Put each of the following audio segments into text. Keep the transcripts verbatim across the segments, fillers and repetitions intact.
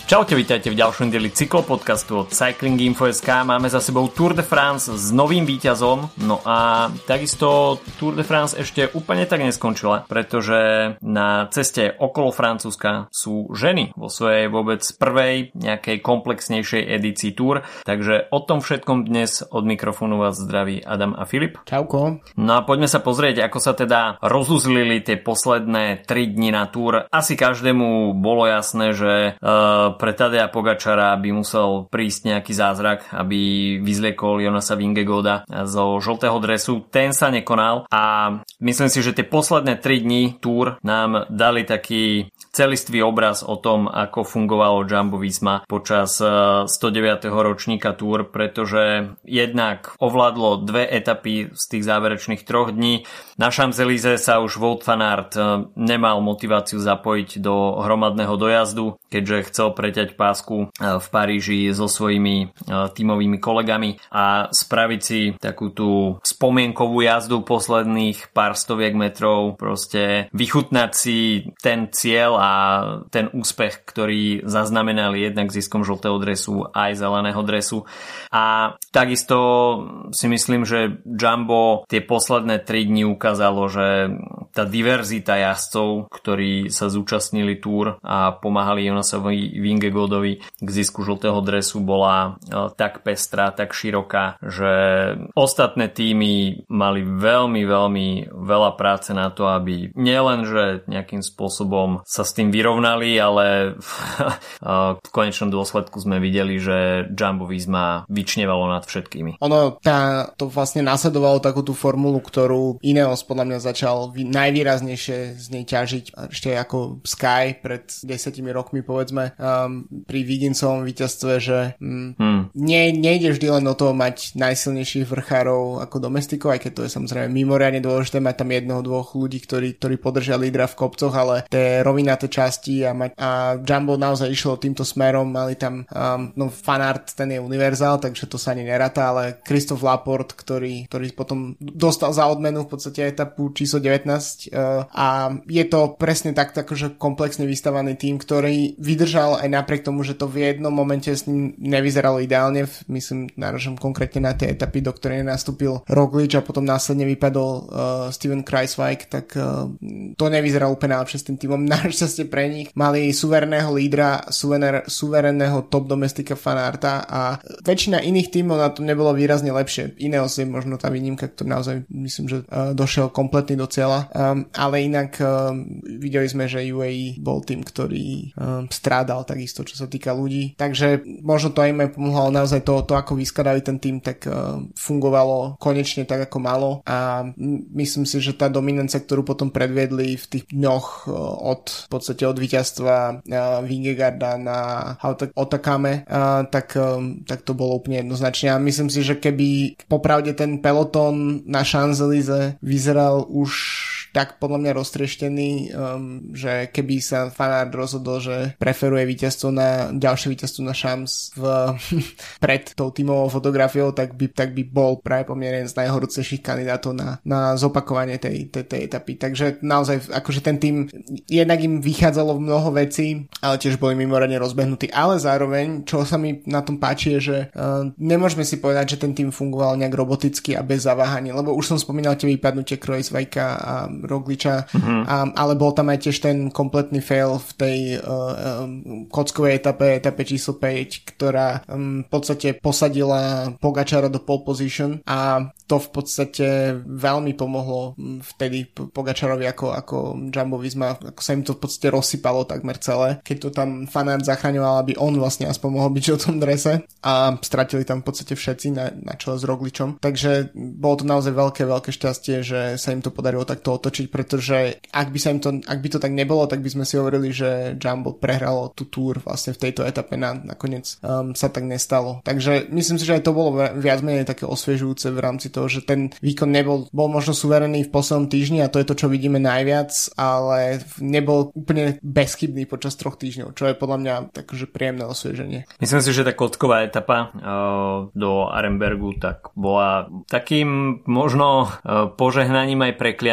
Čaute, vítajte v ďalšom dieli cyklopodcastu od Cycling Info bodka es ká. Máme za sebou Tour de France s novým víťazom. No a takisto Tour de France ešte úplne tak neskončila, pretože na ceste okolo Francúzska sú ženy vo svojej vôbec prvej nejakej komplexnejšej edícii Tour. Takže o tom všetkom dnes od mikrofónu vás zdraví Adam a Filip. Čauko. No a poďme sa pozrieť, ako sa teda rozuzlili tie posledné tri dni na Tour. Asi každému bolo jasné, že uh, pre Tadeja Pogačara by musel prísť nejaký zázrak, aby vyzliekol Jonasa Vingegaarda zo žltého dresu. Ten sa nekonal a myslím si, že tie posledné tri dni Tour nám dali taký celistvý obraz o tom, ako fungovalo Jumbo Visma počas stodeviateho ročníka Tour, pretože jednak ovládlo dve etapy z tých záverečných troch dní. Na Champs-Élysées sa už Wout van Aert nemal motiváciu zapojiť do hromadného dojazdu, keďže chcel preťať pásku v Paríži so svojimi tímovými kolegami a spraviť si takú tú spomienkovú jazdu posledných pár stoviek metrov, proste vychutnať si ten cieľ a ten úspech, ktorý zaznamenali jednak ziskom žltého dresu aj zeleného dresu. A takisto si myslím, že Jumbo tie posledné tri dni ukázalo, že tá diverzita jazdcov, ktorí sa zúčastnili Tour a pomáhali Jonasovi Vingegaardovi k zisku žltého dresu, bola tak pestrá, tak široká, že ostatné týmy mali veľmi, veľmi veľa práce na to, aby nielen, že nejakým spôsobom sa s tým vyrovnali, ale v konečnom dôsledku sme videli, že Jumbo Visma vyčnevalo nad všetkými. Ono tá, to vlastne nasledovalo takú tú formulu, ktorú Ineos podľa mňa začal najvýraznejšie z nej ťažiť ešte ako Sky pred desiatimi rokmi, povedzme, um, pri Wigginsovom víťazstve, že um, hmm. nie, nejde vždy len o to mať najsilnejších vrchárov ako domestikov, aj keď to je samozrejme mimoriadne dôležité mať tam jednoho, dvoch ľudí, ktorí, ktorí podržia lídra v kopcoch, ale tie rovinaté časti a, mať, a Jumbo naozaj išlo týmto smerom, mali tam um, no Van Aert, ten je univerzál, takže to sa ani neráta, ale Christophe Laporte, ktorý, ktorý potom dostal za odmenu v podstate etapu číslo devätnásť uh, a je to presne tak, akože komplexne vystavaný tým, ktorý vydržal aj napriek tomu, že to v jednom momente s ním nevyzeralo ideálne, myslím, náražam konkrétne na tie etapy, do ktorej nastúpil Roglič a potom následne vypadol uh, Steven Kruijswijk, tak uh, to nevyzeralo úplne najlepšie s tým týmom. Našťastie pre nich mali suverénneho lídra, suverénneho, suverénneho top domestika Van Aerta a väčšina iných tímov na tom nebolo výrazne lepšie. Ineos je možno tá výnimka, ktorý naozaj myslím, že uh, došiel kompletný do cieľa, um, ale inak um, videli sme, že ú á é bol tým, ktorý um, strádal takisto, čo sa týka ľudí. Takže možno to aj im pomohlo, naozaj to, to ako vyskladali ten tým, tak uh, fungovalo konečne tak, ako malo a myslím si, že tá dominancia, ktorú potom predviedli v tých dňoch uh, od v podstate od víťazstva uh, Vingegaarda na Hautacame, uh, tak, um, tak to bolo úplne jednoznačne a myslím si, že keby popravde ten pelotón na Champs-Élysées vyzeral už tak podľa mňa roztrieštený, um, že keby sa Van Aert rozhodol, že preferuje víťazstvo na ďalšie víťazstvo na Champs v, pred tou tímovou fotografiou, tak by, tak by bol práve pomerne jeden z najhorúcejších kandidátov na, na zopakovanie tej, tej, tej etapy. Takže naozaj akože ten tým jednak im vychádzalo mnoho vecí, ale tiež boli mimoriadne rozbehnutí. Ale zároveň, čo sa mi na tom páči, je, že uh, nemôžeme si povedať, že ten tým fungoval nejak roboticky a bez zaváhania, lebo už som spomínal tie vypadnutie Kruijswijka a Rogliča, uh-huh. a, ale bol tam aj tiež ten kompletný fail v tej uh, um, kockovej etape, etape číslo päť, ktorá um, v podstate posadila Pogačara do pole position a to v podstate veľmi pomohlo vtedy Pogačarovi ako, ako Jumbo Visma, ako sa im to v podstate rozsypalo takmer celé, keď to tam Van Aert zachraňoval, aby on vlastne aspoň mohol byť v tom drese a stratili tam v podstate všetci na, na čele s Rogličom. Takže bolo to naozaj veľké, veľké šťastie, že sa im to podarilo takto otočiť, pretože ak by sa im to, ak by to tak nebolo, tak by sme si hovorili, že Jumbo prehralo tú Tour vlastne v tejto etape, na, nakoniec um, sa tak nestalo. Takže myslím si, že aj to bolo viac menej také osviežujúce v rámci toho, že ten výkon nebol, bol možno suverénny v poslednom týždni a to je to, čo vidíme najviac, ale nebol úplne bezchybný počas troch týždňov, čo je podľa mňa takže príjemné osvieženie. Myslím si, že tá kocková etapa uh, do Arenbergu tak bola takým možno uh, požehnaním aj prekliatím,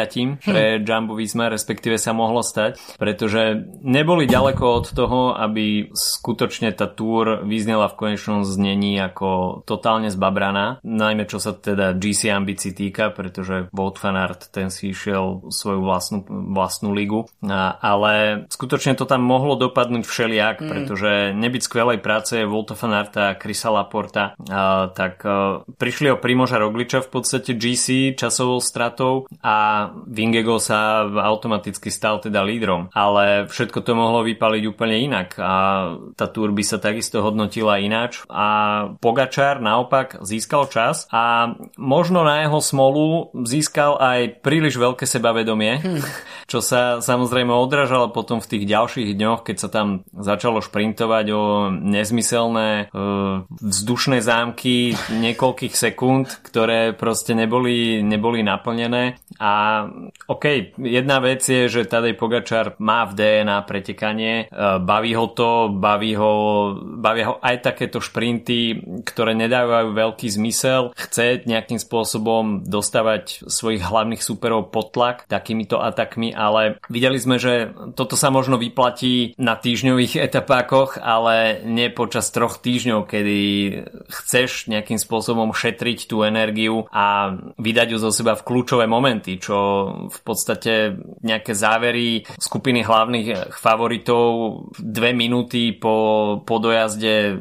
pre Jumbo Visma, respektíve sa mohlo stať, pretože neboli ďaleko od toho, aby skutočne tá Tour vyznela v konečnom znení ako totálne zbabraná, najmä čo sa teda gé cé ambícií týka, pretože Wout van Aert, ten si išiel svoju vlastnú, vlastnú ligu, a, ale skutočne to tam mohlo dopadnúť všelijak, mm. pretože nebyť skvelej práce Wouta van Aerta a Chrisa Laporta, a, tak a, prišli o Primoža Rogliča v podstate gé cé časovou stratou a Vingegaard sa automaticky stal teda lídrom, ale všetko to mohlo vypaliť úplne inak a tá Tour by sa takisto hodnotila ináč a Pogačar naopak získal čas a možno na jeho smolu získal aj príliš veľké sebavedomie, hm. čo sa samozrejme odrážalo potom v tých ďalších dňoch, keď sa tam začalo šprintovať o nezmyselné e, vzdušné zámky niekoľkých sekúnd, ktoré proste neboli, neboli naplnené a okej, okay, jedna vec je, že Tadej Pogačar má v dé en á pretekanie, baví ho to, baví ho, baví ho aj takéto šprinty, ktoré nedávajú veľký zmysel, chce nejakým spôsobom dostávať svojich hlavných súperov pod tlak takýmito atakmi, ale videli sme, že toto sa možno vyplatí na týždňových etapákoch, ale nie počas troch týždňov, kedy chceš nejakým spôsobom šetriť tú energiu a vydať ju zo seba v kľúčové momenty, čo v podstate nejaké závery skupiny hlavných favoritov dve minúty po, po dojazde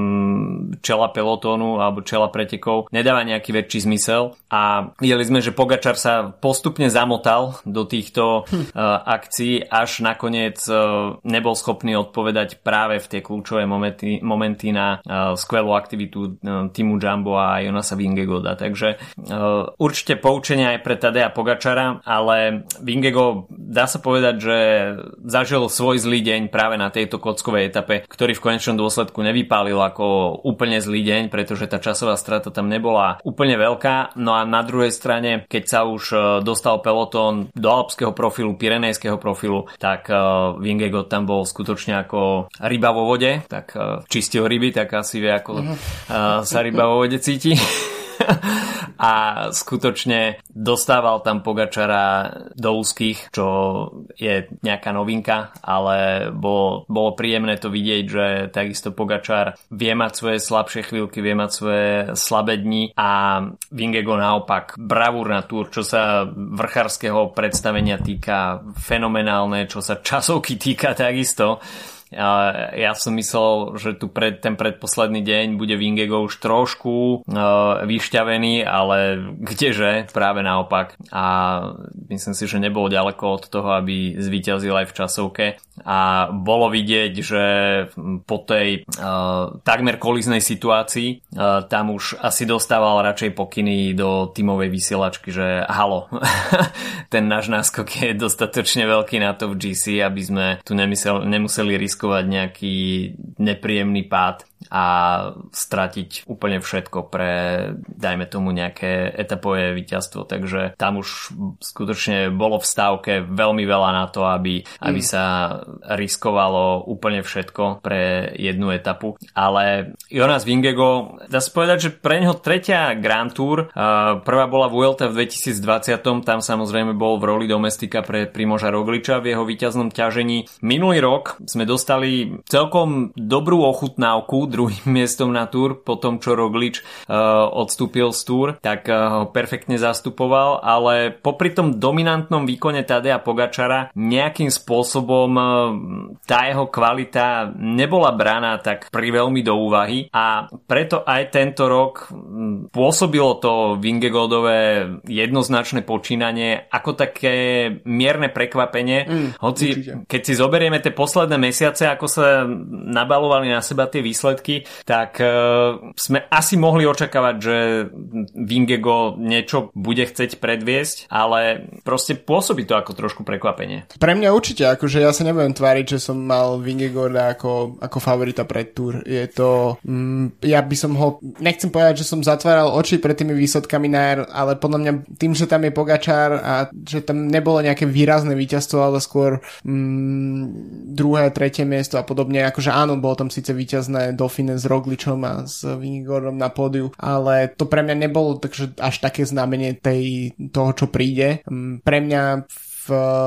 mm, čela pelotónu alebo čela pretekov nedáva nejaký väčší zmysel a videli sme, že Pogačar sa postupne zamotal do týchto hm. uh, akcií, až nakoniec uh, nebol schopný odpovedať práve v tie kľúčové momenty, momenty na uh, skvelú aktivitu uh, týmu Jumbo a Jonasa Vingegaarda, takže uh, určite poučenia aj pre Tadeja Pogačara, ale Vingegaard dá sa povedať, že zažil svoj zlý deň práve na tejto kockovej etape, ktorý v konečnom dôsledku nevypálil ako úplne zlý deň, pretože tá časová strata tam nebola úplne veľká. No a na druhej strane, keď sa už dostal pelotón do alpského profilu, pyrenejského profilu, tak Vingegaard tam bol skutočne ako ryba vo vode, tak čistil ryby, tak asi vie, ako sa ryba vo vode cíti. A skutočne dostával tam Pogačara do úzkých, čo je nejaká novinka, ale bolo, bolo príjemné to vidieť, že takisto Pogačar vie mať svoje slabšie chvíľky, vie mať svoje slabé dni a Vingegaard naopak bravúrna Tour, čo sa vrchárskeho predstavenia týka, fenomenálne, čo sa časovky týka takisto. Ja som myslel, že tu pred, ten predposledný deň bude Vingegaard už trošku uh, vyšťavený, ale kdeže, práve naopak. A myslím si, že nebolo ďaleko od toho, aby zvíťazil aj v časovke. A bolo vidieť, že po tej uh, takmer kolíznej situácii uh, tam už asi dostával radšej pokyny do tímovej vysielačky, že halo, ten náš náskok je dostatočne veľký na to v gé cé, aby sme tu nemysel, nemuseli riskovať nejaký nepríjemný pád a stratiť úplne všetko pre, dajme tomu, nejaké etapové víťazstvo. Takže tam už skutočne bolo v stávke veľmi veľa na to, aby, aby mm. sa riskovalo úplne všetko pre jednu etapu. Ale Jonas Vingegaard, dá sa povedať, že pre neho tretia Grand Tour, prvá bola Vuelta v dvetisícdvadsať, tam samozrejme bol v roli domestika pre Primoža Rogliča v jeho víťaznom ťažení. Minulý rok sme dostali celkom dobrú ochutnávku druhým miestom na Tour, po tom, čo Roglič uh, odstúpil z Tour, tak uh, ho perfektne zastupoval, ale popri tom dominantnom výkone Tadeja Pogačara nejakým spôsobom uh, tá jeho kvalita nebola braná tak priveľmi do úvahy a preto aj tento rok um, pôsobilo to Vingegaardové jednoznačné počínanie ako také mierne prekvapenie, mm, hoci určite. Keď si zoberieme tie posledné mesiace, ako sa nabalovali na seba tie výsledky, tak uh, sme asi mohli očakávať, že Vingegaard niečo bude chcieť predviesť, ale proste pôsobí to ako trošku prekvapenie. Pre mňa určite, akože ja sa nebudem tváriť, že som mal Vingegaarda ako, ako favorita pred Tour. Je to, mm, ja by som ho, nechcem povedať, že som zatváral oči pred tými výsledkami na jar, ale podľa mňa tým, že tam je Pogačar a že tam nebolo nejaké výrazné víťazstvo, ale skôr mm, druhé, tretie miesto a podobne, akože áno, bolo tam síce víťazné Dauphiné Dauphiné s Rogličom a s Vingegordom na pódiu, ale to pre mňa nebolo takže až také znamenie tej, toho, čo príde. Pre mňa v,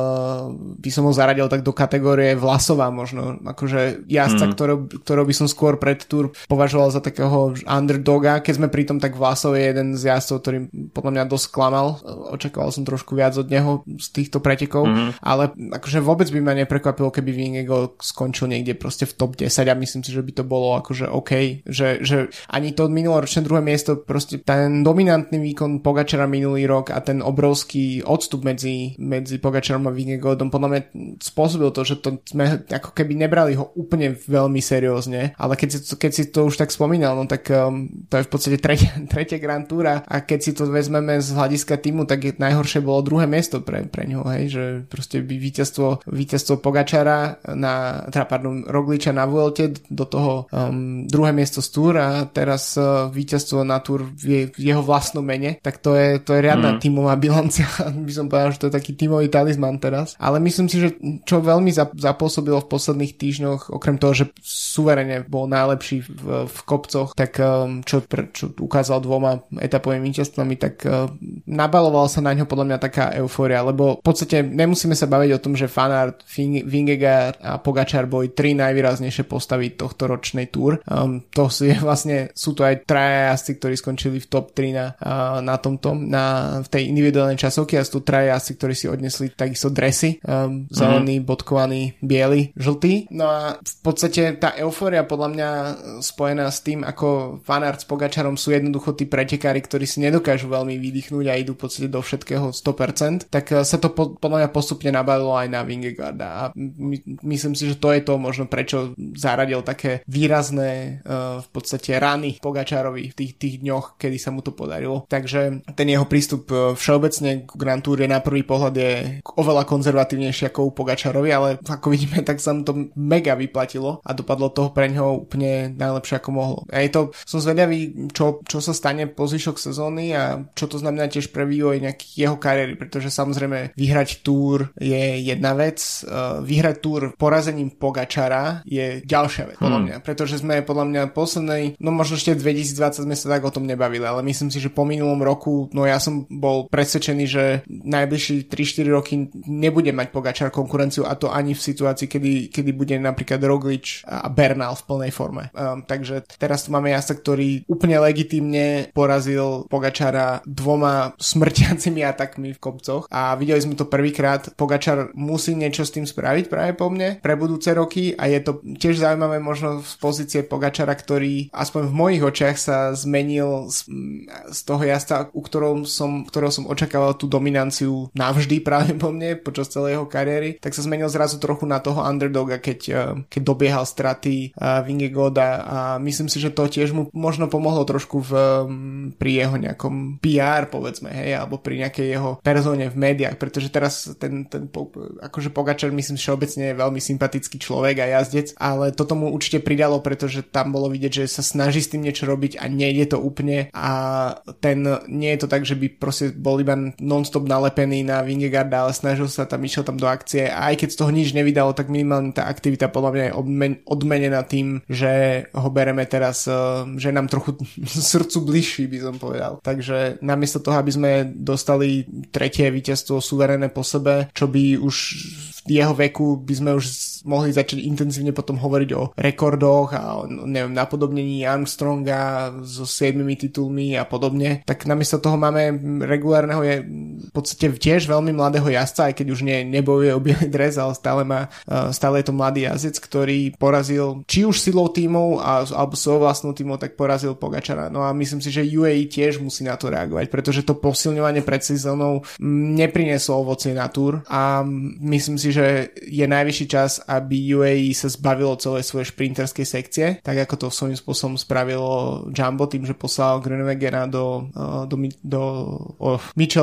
by som ho zaradil tak do kategórie Vlasová možno, akože jazdca, mm. ktorého, ktorého by som skôr pred Tour považoval za takého underdoga, keď sme pri tom, tak Vlasov je jeden z jazdcov, ktorý podľa mňa dosť klamal, očakával som trošku viac od neho z týchto pretekov, mm. ale akože vôbec by ma neprekvapilo, keby Vingegaard skončil niekde proste v top desať a myslím si, že by to bolo akože OK, že, že ani to minuloročné druhé miesto, proste ten dominantný výkon Pogačara minulý rok a ten obrovský odstup medzi, medzi Pogačarom a Vingegaardom podľa mňa spôsobil to, že to sme ako keby nebrali ho úplne veľmi seriózne, ale keď si to, keď si to už tak spomínal, no tak um, to je v podstate tretie, tretie Grand Tour a keď si to vezmeme z hľadiska týmu, tak je, najhoršie bolo druhé miesto pre, pre ňoho, hej, že proste by víťazstvo, víťazstvo Pogačara na, teda pardon, Rogliča na Vuelte, do toho um, druhé miesto z Tour a teraz uh, víťazstvo na Tour v, je, v jeho vlastnom mene, tak to je, to je riadna mm. tímová bilancia, by som povedal, že to je taký tímový talizman teraz, ale myslím si, že čo veľmi zapôsobilo v posledných týždňoch, okrem toho, že suverene bol najlepší v, v kopcoch, tak čo, čo ukázal dvoma etapovými víťazstvami, tak nabalovala sa na ňo podľa mňa taká eufória, lebo v podstate nemusíme sa baviť o tom, že Van Aert, Vingegaard a Pogačar boli tri najvýraznejšie postavy tohto ročnej Tour. Um, to sú, je vlastne, sú to aj traja jazdci, ktorí skončili v top tri na, na tomto, na, v tej individuálnej časovke a sú to traja jazdci, ktorí si odnesli takisto dresy, um, zelený, mm-hmm. bodkovaný, biely, žltý. No a v podstate tá eufória podľa mňa spojená s tým, ako Van Aert s Pogačarom sú jednoducho tí pretekári, ktorí si nedokážu veľmi vydýchnuť a idú v podstate do všetkého sto percent, tak sa to po, podľa mňa postupne nabavilo aj na Vingegaarda a my, myslím si, že to je to možno prečo zaradil také výrazné uh, v podstate rany Pogačarovi v tých, tých dňoch, kedy sa mu to podarilo. Takže ten jeho prístup všeobecne k Grand Tour je na prvý pohľad je oveľa konzervatívnejšie ako u Pogačarovi, ale ako vidíme, tak sa mu to mega vyplatilo a dopadlo toho pre ňoho úplne najlepšie ako mohlo. A je to, som zvedavý, čo, čo sa stane po zvyšok sezóny a čo to znamená tiež pre vývoj nejakých jeho kariéry, pretože samozrejme vyhrať Tour je jedna vec, uh, vyhrať Tour porazením Pogačara je ďalšia vec, podľa mňa, pretože sme podľa mňa poslednej, no možno ešte v dvetisícdvadsať sme sa tak o tom nebavili, ale myslím si, že po minulom roku, no ja som bol presvedčený, že najbližšie tri štyri roky nebude mať Pogačar konkurenciu a to ani v situácii, kedy, kedy bude napríklad Roglič a Bernal v plnej forme. Um, takže teraz tu máme jazdca, ktorý úplne legitímne porazil Pogačara dvoma smrtiacimi atakmi v kopcoch a videli sme to prvýkrát. Pogačar musí niečo s tým spraviť práve po mne pre budúce roky a je to tiež zaujímavé možno z pozície Pogačara, ktorý aspoň v mojich očiach sa zmenil z, z toho jazdca, u ktorom som, ktorého som očakával tú dominanciu navždy práve po mne počas celej jeho kariéry, tak sa zmenil zrazu trochu na toho underdoga, keď, keď dobiehal straty Vingegaarda a myslím si, že to tiež mu možno pomohlo trošku v, pri jeho nejakom pé er, povedzme, hej, alebo pri nejakej jeho persone v médiách, pretože teraz ten, ten akože Pogačar myslím všeobecne je veľmi sympatický človek a jazdec, ale toto mu určite pridalo, pretože tam bolo vidieť, že sa snaží s tým niečo robiť a nejde to úplne a ten, nie je to tak, že by proste bol iba non-stop nalepený na Vingegaarda, ale snažil sa tam, išiel tam do akcie a aj keď z toho nič nevydalo, tak minimálne tá aktivita podľa mňa je odmen- odmenená tým, že ho bereme teraz, že nám trochu srdcu bližší, by som povedal. Takže namiesto toho, aby sme dostali tretie víťazstvo suverénne po sebe, čo by už v jeho veku by sme už mohli začať intenzívne potom hovoriť o rekordoch a o, neviem, napodobnení Armstronga so siedmimi titulmi a podobne, tak namiesto toho máme regulárneho je v podstate tiež veľmi mladého jazdca, aj keď už nie, nebojuje o biely dres, ale stále má, stále je to mladý jazdec, ktorý porazil či už silou tímov a, alebo svojou vlastnou tímov, tak porazil Pogačara. No a myslím si, že ú á é tiež musí na to reagovať, pretože to posilňovanie pred sezónou neprinieslo ovocie na Tour a myslím si, že je najvyšší čas, aby ú á é sa zbavilo celej svojej šprinterskej sekcie, tak ako to svojím spôsobom spravilo Jumbo tým, že poslal Groenewegera do, do, do oh, Mitchelton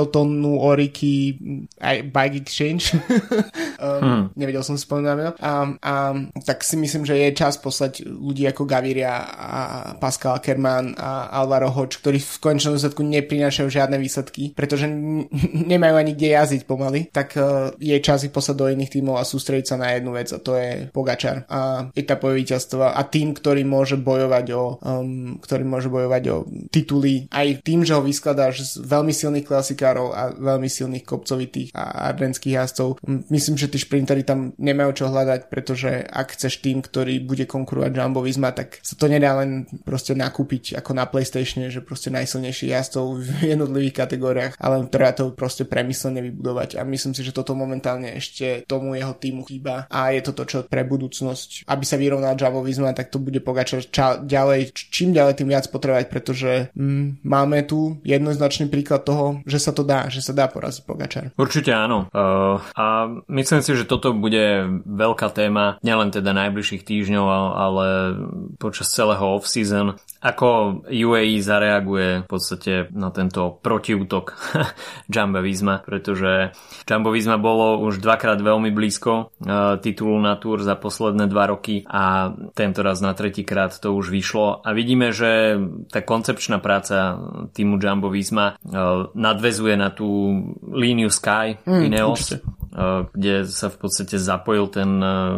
Nu Oriki aj Bike Exchange. um, hmm. Nevedel som si spomenúť. A, a tak si myslím, že je čas poslať ľudí ako Gaviria a Pascal Ackermann a Alvaro Hodge, ktorí v konečnom dôsledku neprinášajú žiadne výsledky, pretože n- nemajú ani kde jazdiť pomaly, tak uh, je čas ich poslať do iných tímov a sústrediť sa na jednu vec, a to je Pogačar a etapové víťazstva a tým, ktorý môže bojovať o um, ktorý môže bojovať o tituly aj tým, že ho vyskladáš z veľmi silných klasikárov a veľmi silných kopcovitých a ardenských jazdcov. Myslím, že tí šprintery tam nemajú čo hľadať, pretože ak chceš tým, ktorý bude konkurovať Jumbo Visma, tak sa to nedá len proste nakúpiť ako na PlayStatione, že proste najsilnejších jazdcov v jednotlivých kategóriách, ale treba to proste premyslene vybudovať a myslím si, že toto momentálne ešte tomu jeho týmu chýba a je to to, čo pre budúcnosť, aby sa vyrovnal Jumbo Visma, tak to bude Pogačar ča- ďalej, čím ďalej tým viac potrebovať, pretože mm, máme tu jednoznačný príklad toho, že sa to dá, že sa dá poraziť Pogačar. Určite áno. Uh, a myslím si, že toto bude veľká téma nielen teda najbližších týždňov, ale počas celého off-season. Ako ú á é zareaguje v podstate na tento protiútok Jumbo Visma, pretože Jumbo Visma bolo už dvakrát veľmi blízko uh, titulu na Tour za posledné dva roky a tento raz na tretíkrát to už vyšlo a vidíme, že tá koncepčná práca týmu Jumbo Visma uh, nadväzuje na tú líniu Sky mm, Ineos, určite. Kde sa v podstate zapojil ten,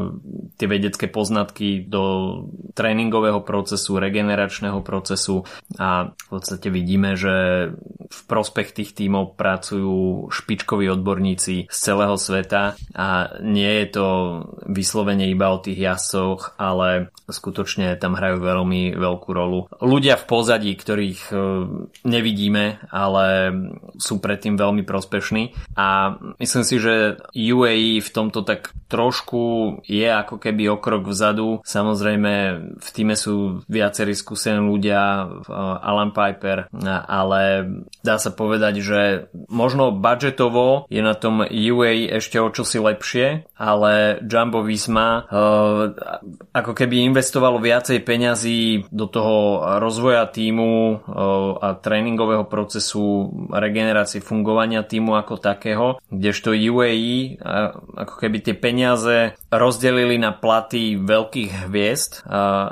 tie vedecké poznatky do tréningového procesu, regeneračného procesu a v podstate vidíme, že v prospech tých tímov pracujú špičkoví odborníci z celého sveta a nie je to vyslovene iba o tých jazdcoch, ale skutočne tam hrajú veľmi veľkú rolu. Ľudia v pozadí, ktorých nevidíme, ale sú predtým veľmi prospešní a myslím si, že ú á é v tomto tak trošku je ako keby o krok vzadu. Samozrejme v týme sú viacerí skúsení ľudia, Alan Piper, ale dá sa povedať, že možno budžetovo je na tom ú á é ešte o čosi lepšie, ale Jumbo Visma ako keby investovalo viacej peňazí do toho rozvoja tímu a tréningového procesu, regenerácie fungovania tímu ako takého, kdežto ú á é ako keby tie peniaze rozdelili na platy veľkých hviezd,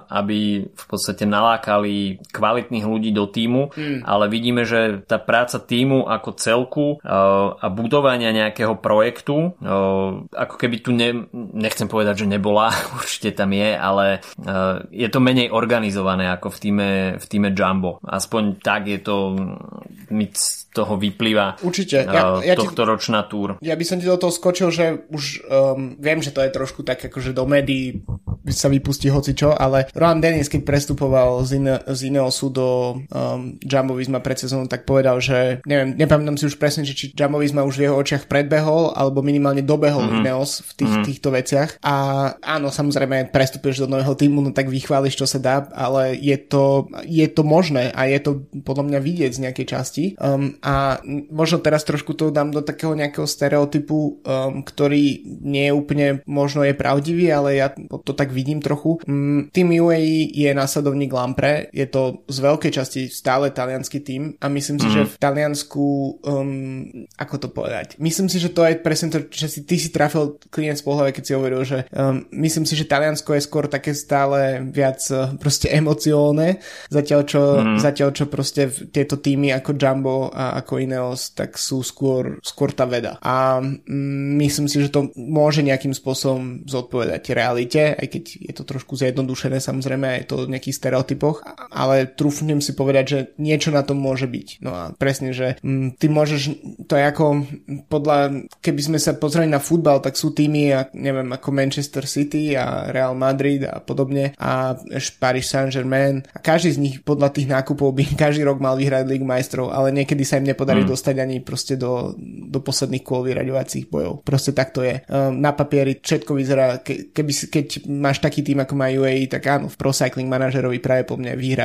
aby v podstate nalákali kvalitných ľudí do tímu, mm. ale vidíme, že tá práca tímu ako celku a budovania nejakého projektu ako keby tu ne, nechcem povedať, že nebola, určite tam je, ale je to menej organizované ako v týme, v týme Jumbo. Aspoň tak je to, mi z toho vyplýva určite. Ja, ja tohto ročná túr. Ja by som ti do toho skočil, že už um, viem, že to je trošku tak akože do médií sa vypustí hocičo, ale Rohan Dennis, keď prestupoval z, Ine, z Ineosu do um, Jumbo Visma pred sezónou, tak povedal, že neviem, nepamätám si už presne, či Jumbo Visma už v jeho očiach predbehol alebo minimálne dobehol mm-hmm. Ineos v tých, mm-hmm. týchto veciach. A áno, samozrejme prestupuješ do nového týmu, no tak vychváliš, čo sa dá, ale je to, je to možné a je to podľa mňa vidieť z nejakej časti. Um, a možno teraz trošku to dám do takého nejakého stereotypu, um, ktorý nie je úplne možno je pravdivý, ale ja to tak vidím trochu. Um, tým ú á é je následovník Lampre, je to z veľkej časti stále taliansky tým a myslím si, mm. že v Taliansku um, ako to povedať? Myslím si, že to je presne to, že si, ty si trafil klient z pohľave, keď si hovoril, že um, myslím si, že Taliansko je skôr také stále viac uh, proste emocionálne, zatiaľ čo, mm. zatiaľ čo proste tieto týmy ako Jumbo a ako Ineos, tak sú skôr, skôr tá veda. A um, myslím si, že to môže nejakým spôsobom zodpovedať realite, aj keď je to trošku zjednodušené, samozrejme aj to v nejakých stereotypoch, ale trúfnem si povedať, že niečo na tom môže byť. No a presne, že um, ty môžeš, to je ako podľa, keby sme sa pozreli na futbal, tak sú týmy, neviem, ako Manchester City a Real Madrid a podobne a Paris Saint-Germain a každý z nich podľa tých nákupov by každý rok mal vyhrať Ligu majstrov, ale niekedy sa im nepodarí mm. dostať ani proste do, do posledných kôl vyraďovacích bojov. Proste tak to je. Um, na papieri všetko vyzerá, ke, keby, keď máš taký tým ako má ú á é, tak áno, v Pro Cycling manažerovi práve po mne vyhráš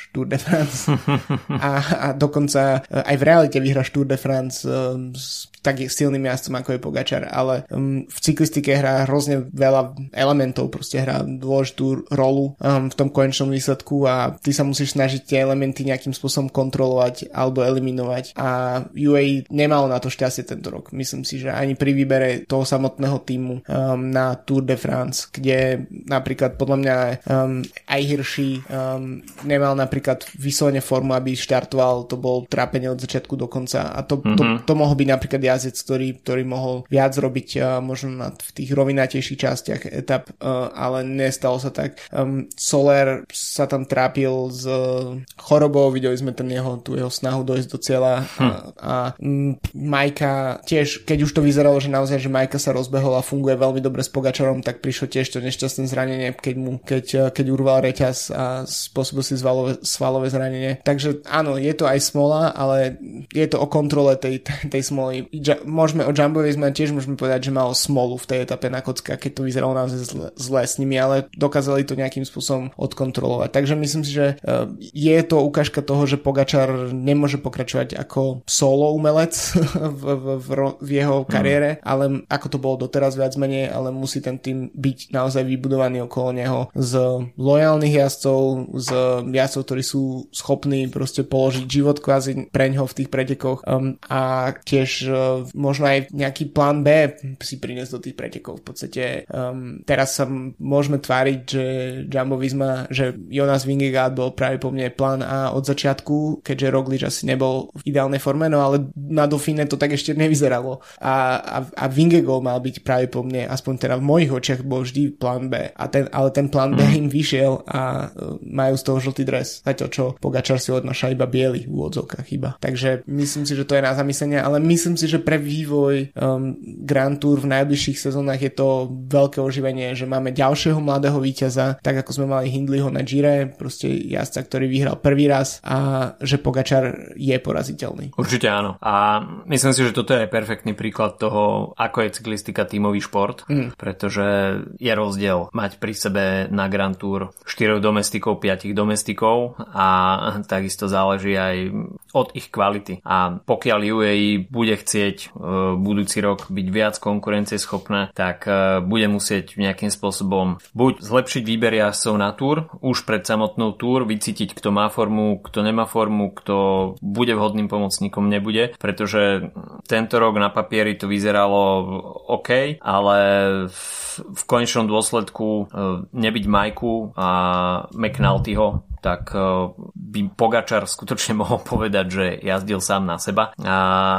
Tour de France a, a dokonca aj v realite vyhráš Tour de France um, s tak silným jazdcom ako je Pogačar, ale um, v cyklistike hrá hrozne veľa elementov, proste hrá dôležitú rolu um, v tom konečnom výsledku a ty sa musíš snažiť tie elementy nejakým spôsobom kontrolovať alebo eliminovať a ú á é nemalo na to šťastie tento rok. Myslím si, že ani pri výbere toho samotného týmu um, na Tour de France, kde napríklad podľa mňa um, aj Hirschi um, nemal napríklad vyslovene formu, aby štartoval, to bol trápenie od začiatku do konca a to, mm-hmm. to, to mohol byť napríklad jazdec, ktorý, ktorý mohol viac robiť uh, možno na, v tých rovinatejších častiach etap, uh, ale nestalo sa tak. Um, Soler sa tam trápil s uh, chorobou, videli sme ten jeho, tú jeho snahu dojsť do cieľa hm. a, a um, Majka tiež, keď už to vyzeralo, že naozaj, že Majka sa rozbehol a funguje veľmi dobre s Pogačarom, tak prišlo tiež to nešťastné zranenie, keď mu, keď, uh, keď urval reťaz a spôsobil si svalové, svalové zranenie. Takže áno, je to aj smola, ale je to o kontrole tej, tej smoly. Môžeme o Jumbovi sme tiež môžeme povedať, že malo smolu v tej etape na kocka, keď to vyzeralo naozaj zle, zle s nimi, ale dokázali to nejakým spôsobom odkontrolovať. Takže myslím si, že je to ukážka toho, že Pogačar nemôže pokračovať ako solo umelec v, v, v, v jeho kariére, ale ako to bolo doteraz viac menej, ale musí ten tým byť naozaj vybudovaný okolo neho z lojálnych jazdcov, z jazdcov, ktorí sú schopní proste položiť život kvázi preňho v tých pretekoch um, a tiež uh, možno aj nejaký plán B si priniesť do tých pretekov. V podstate um, teraz sa môžeme tváriť, že Jumbo Visma, že Jonas Vingegaard bol práve po mne plán A od začiatku, keďže Roglič asi nebol v ideálnej forme, no ale na Dauphine to tak ešte nevyzeralo. A, a, a Vingegaard mal byť práve po mne, aspoň teda v mojich očiach bol vždy plán B. A ten, ale ten plán B im vyšiel a uh, majú z toho žltý dres. Zatiaľ čo Pogačar si odnáša iba biely v úvodzovkách iba. Takže myslím si, že to je na zamyslenie, ale myslím si, že pre vývoj um, Grand Tour v najbližších sezónach je to veľké oživenie, že máme ďalšieho mladého víťaza, tak ako sme mali Hindleyho na Gire, proste jazdca, ktorý vyhral prvý raz a že Pogačar je poraziteľný. Určite áno. A myslím si, že toto je perfektný príklad toho, ako je cyklistika tímový šport, mm. pretože je rozdiel mať pri sebe na Grand Tour štyroch domestikov, piatich domestikov a takisto záleží aj od ich kvality. A pokiaľ ú á é bude chcieť uh, budúci rok byť viac konkurencieschopné, tak uh, bude musieť nejakým spôsobom buď zlepšiť výber jazdcov na Tour, už pred samotnou Tour, vycítiť, kto má formu, kto nemá formu, kto bude vhodným pomocníkom, nebude, pretože tento rok na papieri to vyzeralo OK, ale v, v konečnom dôsledku uh, nebyť Majku a McNultyho, tak by Pogačar skutočne mohol povedať, že jazdil sám na seba. A,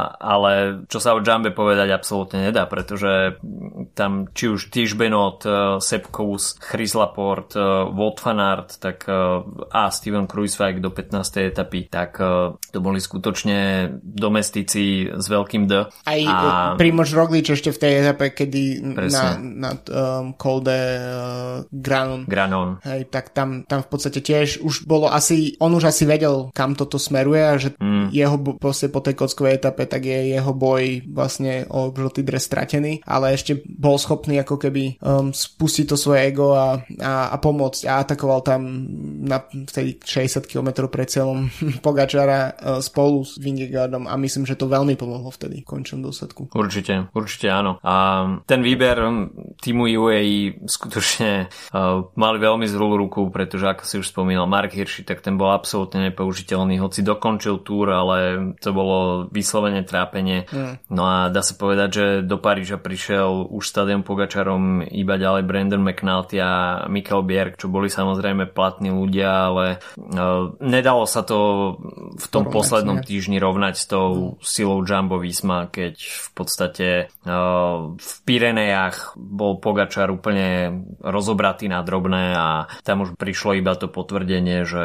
ale čo sa o Jumbe povedať absolútne nedá, pretože tam či už Tish Benoot, Sepp Kuss, Chris Laporte, Wout van Aert, tak a Steven Kruijswijk do pätnástej etapy, tak to boli skutočne domestici s veľkým D. Aj a... Primož Roglič ešte v tej etape, kedy na, na um, Col de uh, Granon. Granon. Hej, tak tam, tam v podstate tiež už bolo asi, on už asi vedel, kam toto smeruje a že mm. jeho proste po tej kockovej etape, tak je jeho boj vlastne o žltý dres stratený, ale ešte bol schopný ako keby um, spustiť to svoje ego a, a, a pomôcť a atakoval tam na vtedy šesťdesiat kilometrov pred cieľom Pogačara uh, spolu s Vingegaardom a myslím, že to veľmi pomohlo vtedy v končnom dôsledku. Určite, určite áno. A ten výber týmu ú á é skutočne uh, mali veľmi zlú ruku, pretože ako si už spomínal Mark Hirschi, tak ten bol absolútne nepoužiteľný, hoci dokončil túr, ale to bolo vyslovene trápenie. Mm. No a dá sa povedať, že do Paríža prišiel už s Tadejom Pogačarom iba ďalej Brandon McNulty a Michael Bjerg, čo boli samozrejme platní ľudia, ale uh, nedalo sa to v tom rovnať, poslednom ne? týždni rovnať s tou mm. silou Jumbo Visma, keď v podstate uh, v Pyrenejach bol Pogačar úplne rozobratý na drobné a tam už prišlo iba to potvrdenie, že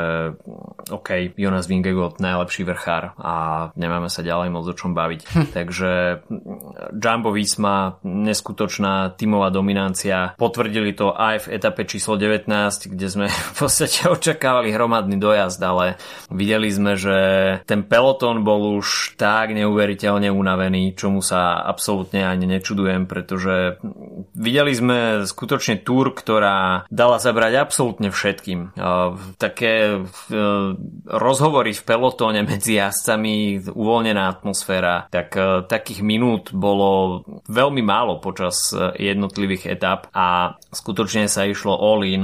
OK, Jonas Vingegaard najlepší vrchár a nemáme sa ďalej moc o čom baviť. Hm. Takže Jumbo Visma neskutočne skutočná tímová dominancia. Potvrdili to aj v etape číslo devätnásť, kde sme v podstate očakávali hromadný dojazd, ale videli sme, že ten pelotón bol už tak neuveriteľne unavený, čomu sa absolútne ani nečudujem, pretože videli sme skutočne túr, ktorá dala zabrať absolútne všetkým. Také rozhovory v pelotóne medzi jazdcami, uvoľnená atmosféra, tak takých minút bolo veľmi málo počas jednotlivých etap a skutočne sa išlo all in.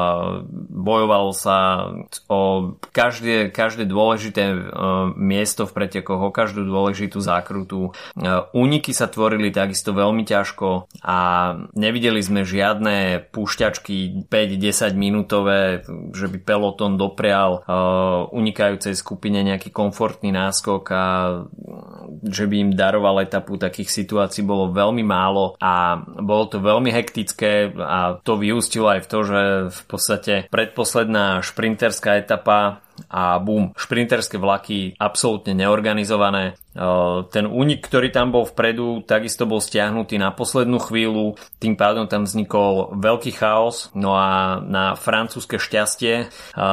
Bojovalo sa o každé, každé dôležité miesto v pretekoch, o každú dôležitú zákrutu. Úniky sa tvorili takisto veľmi ťažko a nevideli sme žiadne púšťačky päť desať minútové, že by pelotón doprial unikajúcej skupine nejaký komfortný náskok a že by im daroval etapu. Takých situácií bolo veľmi málo a bolo to veľmi hektické a to vyústilo aj v to, že v podstate predposledná šprinterská etapa a bum, šprinterské vlaky absolútne neorganizované. Ten únik, ktorý tam bol vpredu, takisto bol stiahnutý na poslednú chvíľu, tým pádom tam vznikol veľký chaos. No a na francúzske šťastie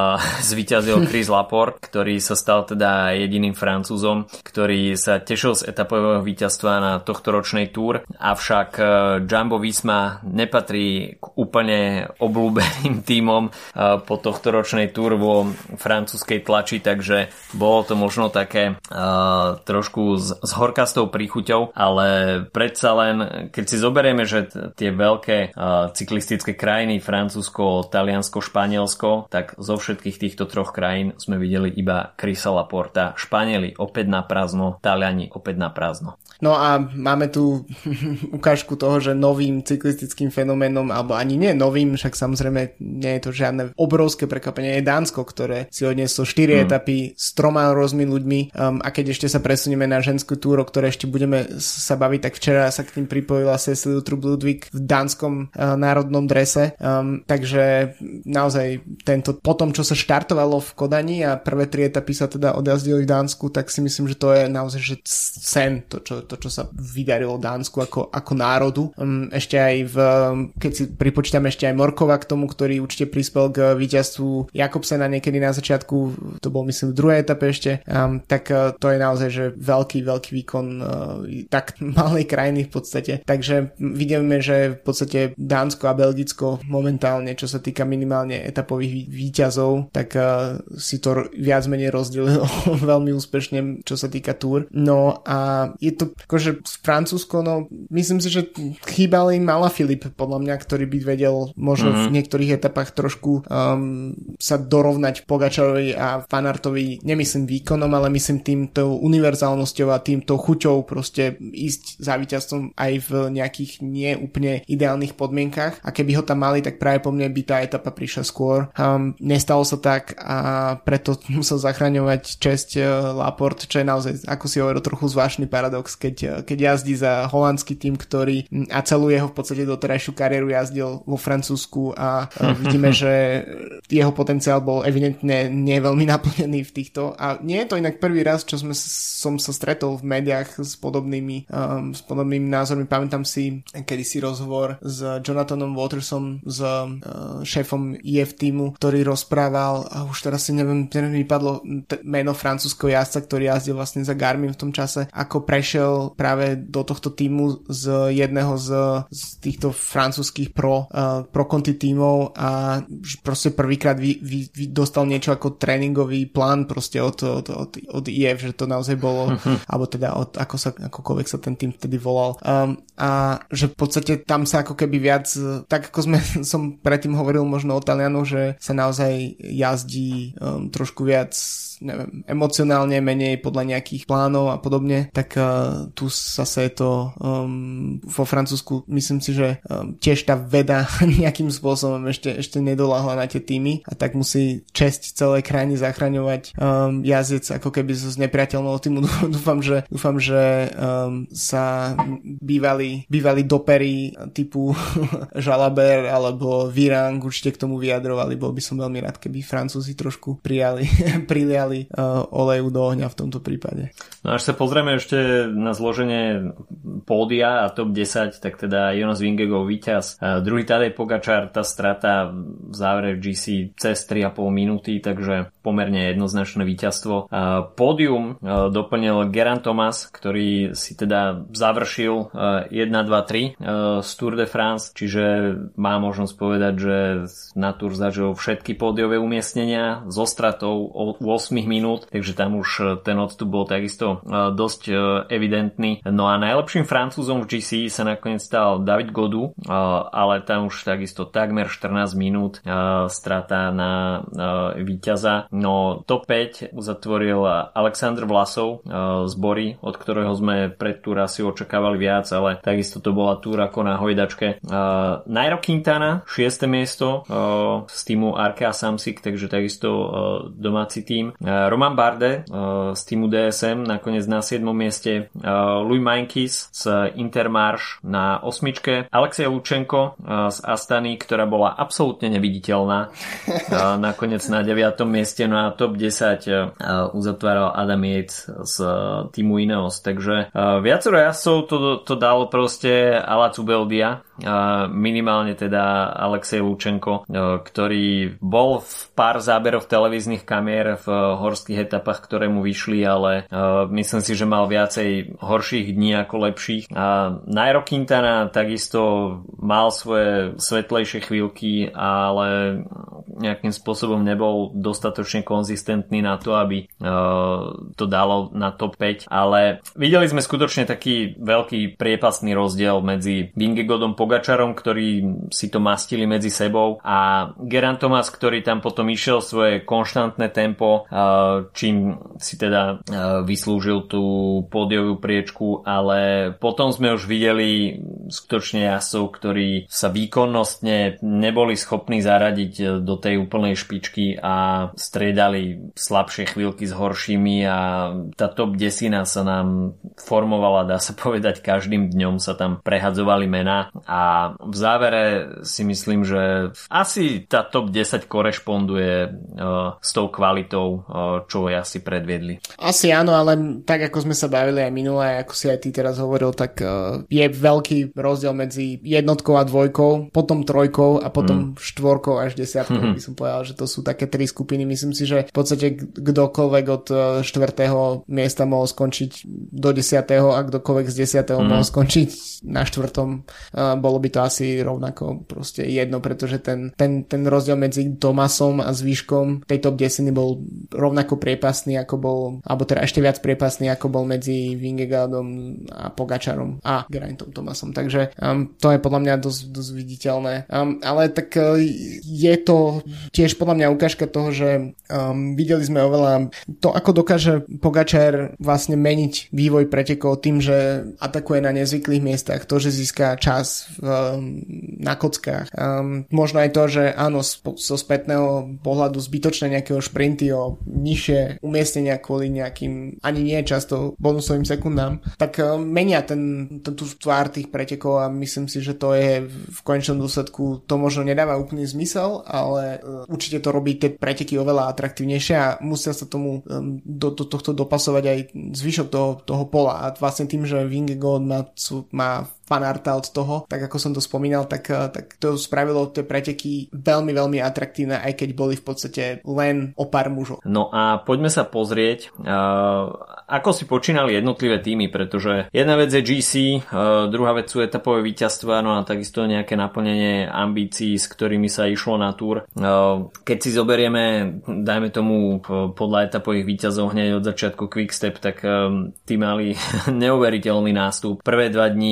zvíťazil Chris Laporte, ktorý sa stal teda jediným Francúzom, ktorý sa tešil z etapového víťazstva na tohtoročnej túr, avšak Jumbo Visma nepatrí k úplne obľúbeným tímom po tohtoročnej túr vo francúzskej tlači, takže bolo to možno také uh, trošku s, s horkastou príchuťou, ale predsa len, keď si zoberieme, že t- tie veľké uh, cyklistické krajiny, Francúzsko, Taliansko, Španielsko, tak zo všetkých týchto troch krajín sme videli iba Chrisa Laporta. Španieli opäť na prázdno, Taliani opäť na prázdno. No a máme tu ukážku toho, že novým cyklistickým fenoménom, alebo ani nie novým, však samozrejme nie je to žiadne obrovské prekvapenie, je Dánsko, ktoré si odnieslo štyri hmm. etapy s troma rôznymi ľuďmi um, a keď ešte sa presunieme na ženskú túru, o ktorej ešte budeme sa baviť, tak včera sa k tým pripojila Cecilia Uttrup-Ludwig v dánskom uh, národnom drese. Um, takže naozaj tento, po tom, čo sa štartovalo v Kodani a prvé tri etapy sa teda odjazdili v Dánsku, tak si myslím, že to je naozaj že sen, to čo, to, čo sa vydarilo Dánsku ako, ako národu. Um, ešte aj v, keď si pripočítame ešte aj Morkova k tomu, ktorý určite prispel k víťazstvu Jakobsena niekedy na začiatku, to bol myslím v druhej etape ešte, um, tak uh, to je naozaj že veľký, veľký výkon uh, tak malej krajiny v podstate. Takže vidíme, že v podstate Dánsko a Belgicko momentálne, čo sa týka minimálne etapových víťazov, tak uh, si to viac menej rozdelilo veľmi úspešne, čo sa týka túr. No a je to akože Francúzsko, no myslím si, že chýbal im Alaphilippe, podľa mňa, ktorý by vedel možno mm-hmm. v niektorých etapách trošku um, sa dorovnať Pogačarovi a Van Aertovi, nemyslím výkonom, ale myslím týmto univerzálnosťou a týmto chuťou proste ísť za víťazstvom aj v nejakých neúplne ideálnych podmienkach a keby ho tam mali, tak práve po mne by tá etapa prišla skôr. Um, nestalo sa tak a preto musel zachraňovať česť uh, Laporte, čo je naozaj, ako si hovoril, trochu zvláštny paradox, keď, keď jazdí za holandský tým, ktorý a celú jeho v podstate doterajšiu kariéru jazdil vo Francúzsku a uh, vidíme, že jeho potenciál bol evidentne nie veľmi naplnený v týchto a nie je to inak prvý raz, čo sme, som sa stretol v médiách s podobnými, um, s podobnými názormi. Pamätám si kedysi rozhovor s Jonathanom Watersom, s uh, šéfom í ef týmu, ktorý rozprával, a už teraz si neviem, neviem vypadlo t- meno francúzskeho jazdca, ktorý jazdil vlastne za Garmin v tom čase, ako prešiel práve do tohto týmu z jedného z, z týchto francúzskych pro, uh, pro konti tímov a proste prvýkrát vy, vy, vy dostal niečo ako tréningový plán proste od, od, od, od í ef, že to naozaj bolo, alebo teda od, ako sa, akokoľvek sa ten tým vtedy volal. Um, a že v podstate tam sa ako keby viac, tak ako sme, som predtým hovoril možno o Talianoch, že sa naozaj jazdí um, trošku viac, neviem, emocionálne, menej podľa nejakých plánov a podobne, tak uh, tu zase je to um, vo Francúzsku, myslím si, že um, tiež tá veda nejakým spôsobom ešte, ešte nedoľahla na tie týmy a tak musí česť celej krajiny ani zachraňovať um, jazdec ako keby zo nepriateľného týmu. Dúfam, že, dúfam, že um, sa bývalí, bývalí dopery typu Jalabert alebo Virang určite k tomu vyjadrovali. Bol by som veľmi rád, keby Francúzi trošku prijali, priliali uh, oleju do ohňa v tomto prípade. No až sa pozrieme ešte na zloženie pódia a top desať, tak teda Jonas Vingegaard víťaz. Uh, druhý Tadej Pogačar, tá strata v závere v gé cé cez tri a pol minúty, takže pomerne jednoznačné víťazstvo. Uh, pódium uh, doplnil Geraint Thomas, ktorý si teda završil uh, jeden, dva, tri uh, z Tour de France, čiže má možnosť povedať, že na Tour zažil všetky pódiové umiestnenia so stratou o osem minút, takže tam už ten odstup bol takisto uh, dosť uh, evidentný. No a najlepším Francúzom v gé cé sa nakoniec stal David Gaudu, uh, ale tam už takisto takmer štrnásť minút uh, strata na uh, víťaza. No top päť uzatvoril Alexander Vlasov uh, z Bory, od ktorého sme pred Tour asi očakávali viac, ale takisto to bola Tour ako na hojdačke. Uh, Nairo Quintana, šieste miesto uh, z týmu Arkea Samsic, takže takisto uh, domáci tím. Uh, Romain Bardet uh, z týmu dé es em nakoniec na siedmom mieste. Uh, Louis Meintjes z Intermarche na osmičke. Alexej Lučenko uh, z Astany, ktorá bola absolútne neviditeľná. Uh, nakoniec na deviatom mieste, no a top desať uh, uzatváral Adam Yates z uh, týmu Ineos. Takže uh, viacero jazdcov to, to dalo proste Ala Cubeldia, uh, minimálne teda Alexej Lučenko, uh, ktorý bol v pár záberov televíznych kamier v uh, horských etapách, ktoré mu vyšli, ale uh, myslím si, že mal viacej horších dní ako lepších. A Nairo Quintana takisto mal svoje svetlejšie chvíľky, ale nejakým spôsobom nebol dostatočne konzistentný na to, aby uh, to dalo na top päť, ale videli sme skutočne taký veľký priepasný rozdiel medzi Vingegaardom, Pogačarom, ktorí si to mastili medzi sebou, a Geraint Thomas, ktorý tam potom išiel svoje konštantné tempo, uh, čím si teda uh, vyslúžil tú pódiovú priečku, ale potom sme už videli skutočne jazdcov, ktorí sa výkonnostne neboli schopní zaradiť do tej úplnej špičky a striedali slabšie chvíľky s horšími, a tá top desina sa nám formovala, dá sa povedať, každým dňom sa tam prehadzovali mená, a v závere si myslím, že asi tá top desať korešponduje uh, s tou kvalitou, uh, čo asi predviedli. Asi áno, ale tak ako sme sa bavili aj minulé, ako si aj ty teraz hovoril, tak uh, je veľký rozdiel medzi jednotkou a dvojkou, potom trojkou a potom mm. štvorkou až desiatkou. Mm-hmm. By som povedal, že to sú také tri skupiny. Myslím si, že v podstate kdokoľvek od štvrtého miesta mohol skončiť do desiatého a kdokoľvek z desiatého mm. mohol skončiť na štvrtom. Uh, bolo by to asi rovnako proste jedno, pretože ten, ten, ten rozdiel medzi Thomasom a zvyškom tej top desiny bol rovnako priepasný, ako bol, alebo teda ešte viac priepasný, ako bol medzi Vingegaardom a Pogačarom a Geraintom Thomasom. Takže um, to je podľa mňa dosť, dosť viditeľné. Um, ale tak uh, je to tiež podľa mňa ukážka toho, že um, videli sme oveľa to, ako dokáže Pogačar vlastne meniť vývoj pretekov tým, že atakuje na nezvyklých miestach, to, že získa čas v, um, na kockách. Um, možno aj to, že áno, zo spätného pohľadu zbytočné nejakého šprinty o nižšie umiestnenia kvôli nejakým ani nie často bonusovým sekundám, tak um, menia ten, ten, tú tvár tých pretekov, a myslím si, že to je v konečnom dôsledku, to možno nedáva úplný zmysel, ale uh, určite to robí tie preteky oveľa atraktívnejšie a musia sa tomu um, do, do tohto dopasovať aj zvyšok toho, toho pola, a vlastne tým, že Vingegaard má, má fanarta od toho, tak ako som to spomínal, tak, tak to spravilo tie preteky veľmi, veľmi atraktívne, aj keď boli v podstate len o pár mužov. No a poďme sa pozrieť, uh, ako si počínali jednotlivé týmy, pretože jedna vec je gé cé, uh, druhá vec sú etapové víťazstvá, no a takisto nejaké naplnenie ambícií, s ktorými sa išlo na Tour. Uh, keď si zoberieme, dajme tomu uh, podľa etapových víťazov hneď od začiatku Quickstep, tak um, tí mali neuveriteľný nástup. Prvé dva dní dve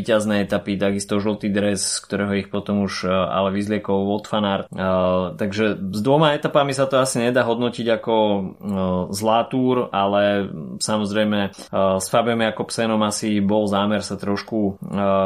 víťazné etapy, takisto žltý dres, z ktorého ich potom už ale vyzliekol Wout van Aert. Takže s dvoma etapami sa to asi nedá hodnotiť ako zlá túr, ale samozrejme s Fabiom Jakobsenom asi bol zámer sa trošku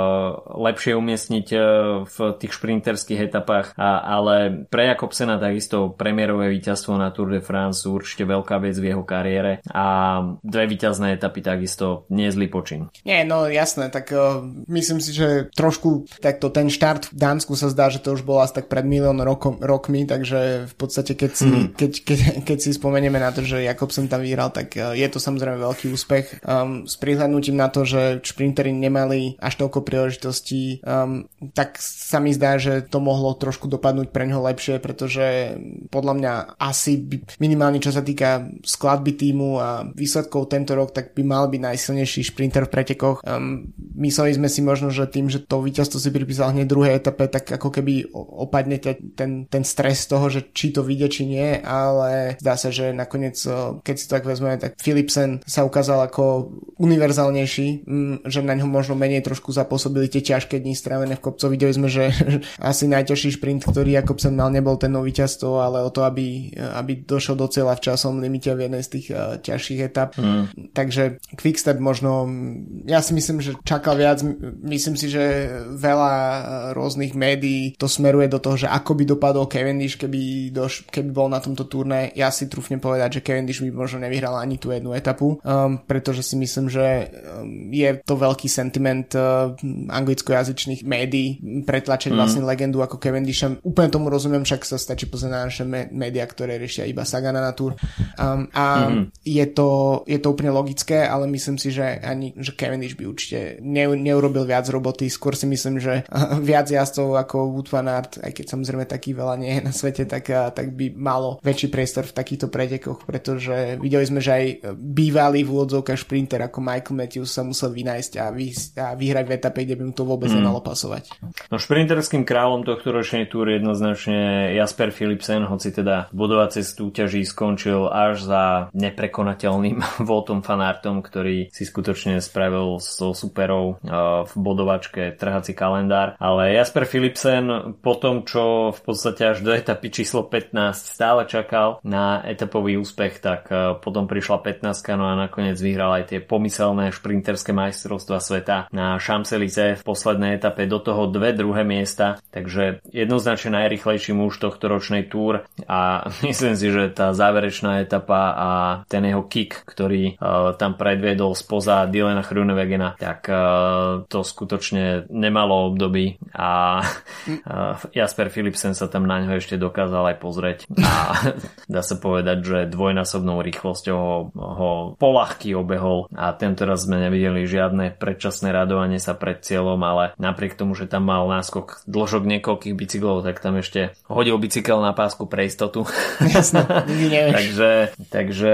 lepšie umiestniť v tých šprinterských etapách, ale pre Jakobsena takisto premiérové víťazstvo na Tour de France sú určite veľká vec v jeho kariére a dve víťazné etapy takisto nie zlý počin. Nie, no jasné, tak uh, myslím si, že trošku takto ten štart v Dánsku sa zdá, že to už bolo asi tak pred milión rokom, rokmi, takže v podstate keď si, mm. keď, keď, keď si spomenieme na to, že Jakobsen tam vyhral, tak uh, je to samozrejme veľký úspech. Um, s prihľadnutím na to, že šprinteri nemali až toľko príležitostí, um, tak sa mi zdá, že to mohlo trošku dopadnúť pre ňoho lepšie, pretože podľa mňa asi by, minimálne čo sa týka skladby týmu a výsledkov tento rok, tak by mal byť najsilnejší šprinter v pretekoch. Um, mysleli sme si možno, že tým, že to víťazstvo si pripísal hneď druhej etape, tak ako keby opadne ten, ten stres toho, že či to vyjde, či nie, ale zdá sa, že nakoniec, keď si to tak vezmeme, tak Philipsen sa ukázal ako univerzálnejší, že na ňo možno menej trošku zapôsobili tie ťažké dni strávené v kopcoch. Videli sme, že asi najťažší šprint, ktorý Jakobsen mal, nebol ten nový víťazstvo, ale o to, aby, aby došiel do cieľa v časom limite v jednej z tých uh, ťažších etap. Mm. Takže Quickstep možno, ja si myslím, že čakal viac, myslím si, že veľa rôznych médií to smeruje do toho, že ako by dopadol Cavendish, keby, doš- keby bol na tomto turné. Ja si trúfnem povedať, že Cavendish by možno nevyhral ani tú jednu etapu, um, pretože si myslím, že um, je to veľký sentiment uh, anglickojazyčných médií pretlačiť mm. vlastne legendu ako Cavendisha. Úplne tomu rozumiem, však sa stačí pozrieť na naše médiá, ktoré riešia iba Sagana na Tour. Um, a mm. je, to, je to úplne logické, ale myslím si, že ani že Cavendish by určite ne, neurobil viac roboty. Skôr si myslím, že uh, viac jazdcov ako Wout van Aert, aj keď samozrejme taký veľa nie je na svete, tak, uh, tak by malo väčší priestor v takýchto pretekoch, pretože videli sme, že aj bývalý v úvodzovkách šprinter ako Michael Matthews sa musel vynájsť a, vy, a vyhrať v etape, kde by mu to vôbec mm. nemalo pasovať. No šprinterským kráľom tohto ročnej túry jednoznačne Jasper Philipsen, hoci teda v bodovacej súťaži skončil až za neprekonateľným Woutom van Aertom, ktorý si skutočne spravil so superov v bodovačke trhací kalendár. Ale Jasper Philipsen po tom, čo v podstate až do etapy číslo pätnásť stále čakal na etapový úspech, tak potom prišla pätnástka, no a nakoniec vyhral aj tie pomyselné šprinterské majstrovstvá sveta na Champs-Élysées v poslednej etape, do toho dve druhé miesta, takže jednoznačne najrýchlejší muž tohto ročnej túr a myslím si, že tá záverečná etapa a ten jeho kick, ktorý uh, tam predviedol spoza Dylana Groenewegena, tak uh, to skutočne nemalo období a uh, Jasper Philipsen sa tam na ňo ešte dokázal aj pozrieť a dá sa povedať, že dvojnásobnou rýchlosťou ho, ho poľahky obehol a tento raz sme nevideli žiadne predčasné radovanie sa pred cieľom, ale napriek tomu, že tam mal náskok dĺžok niekoľkých bicyklov, tak tam ešte hodil bicykel na pásku pre istotu. Jasne, takže, takže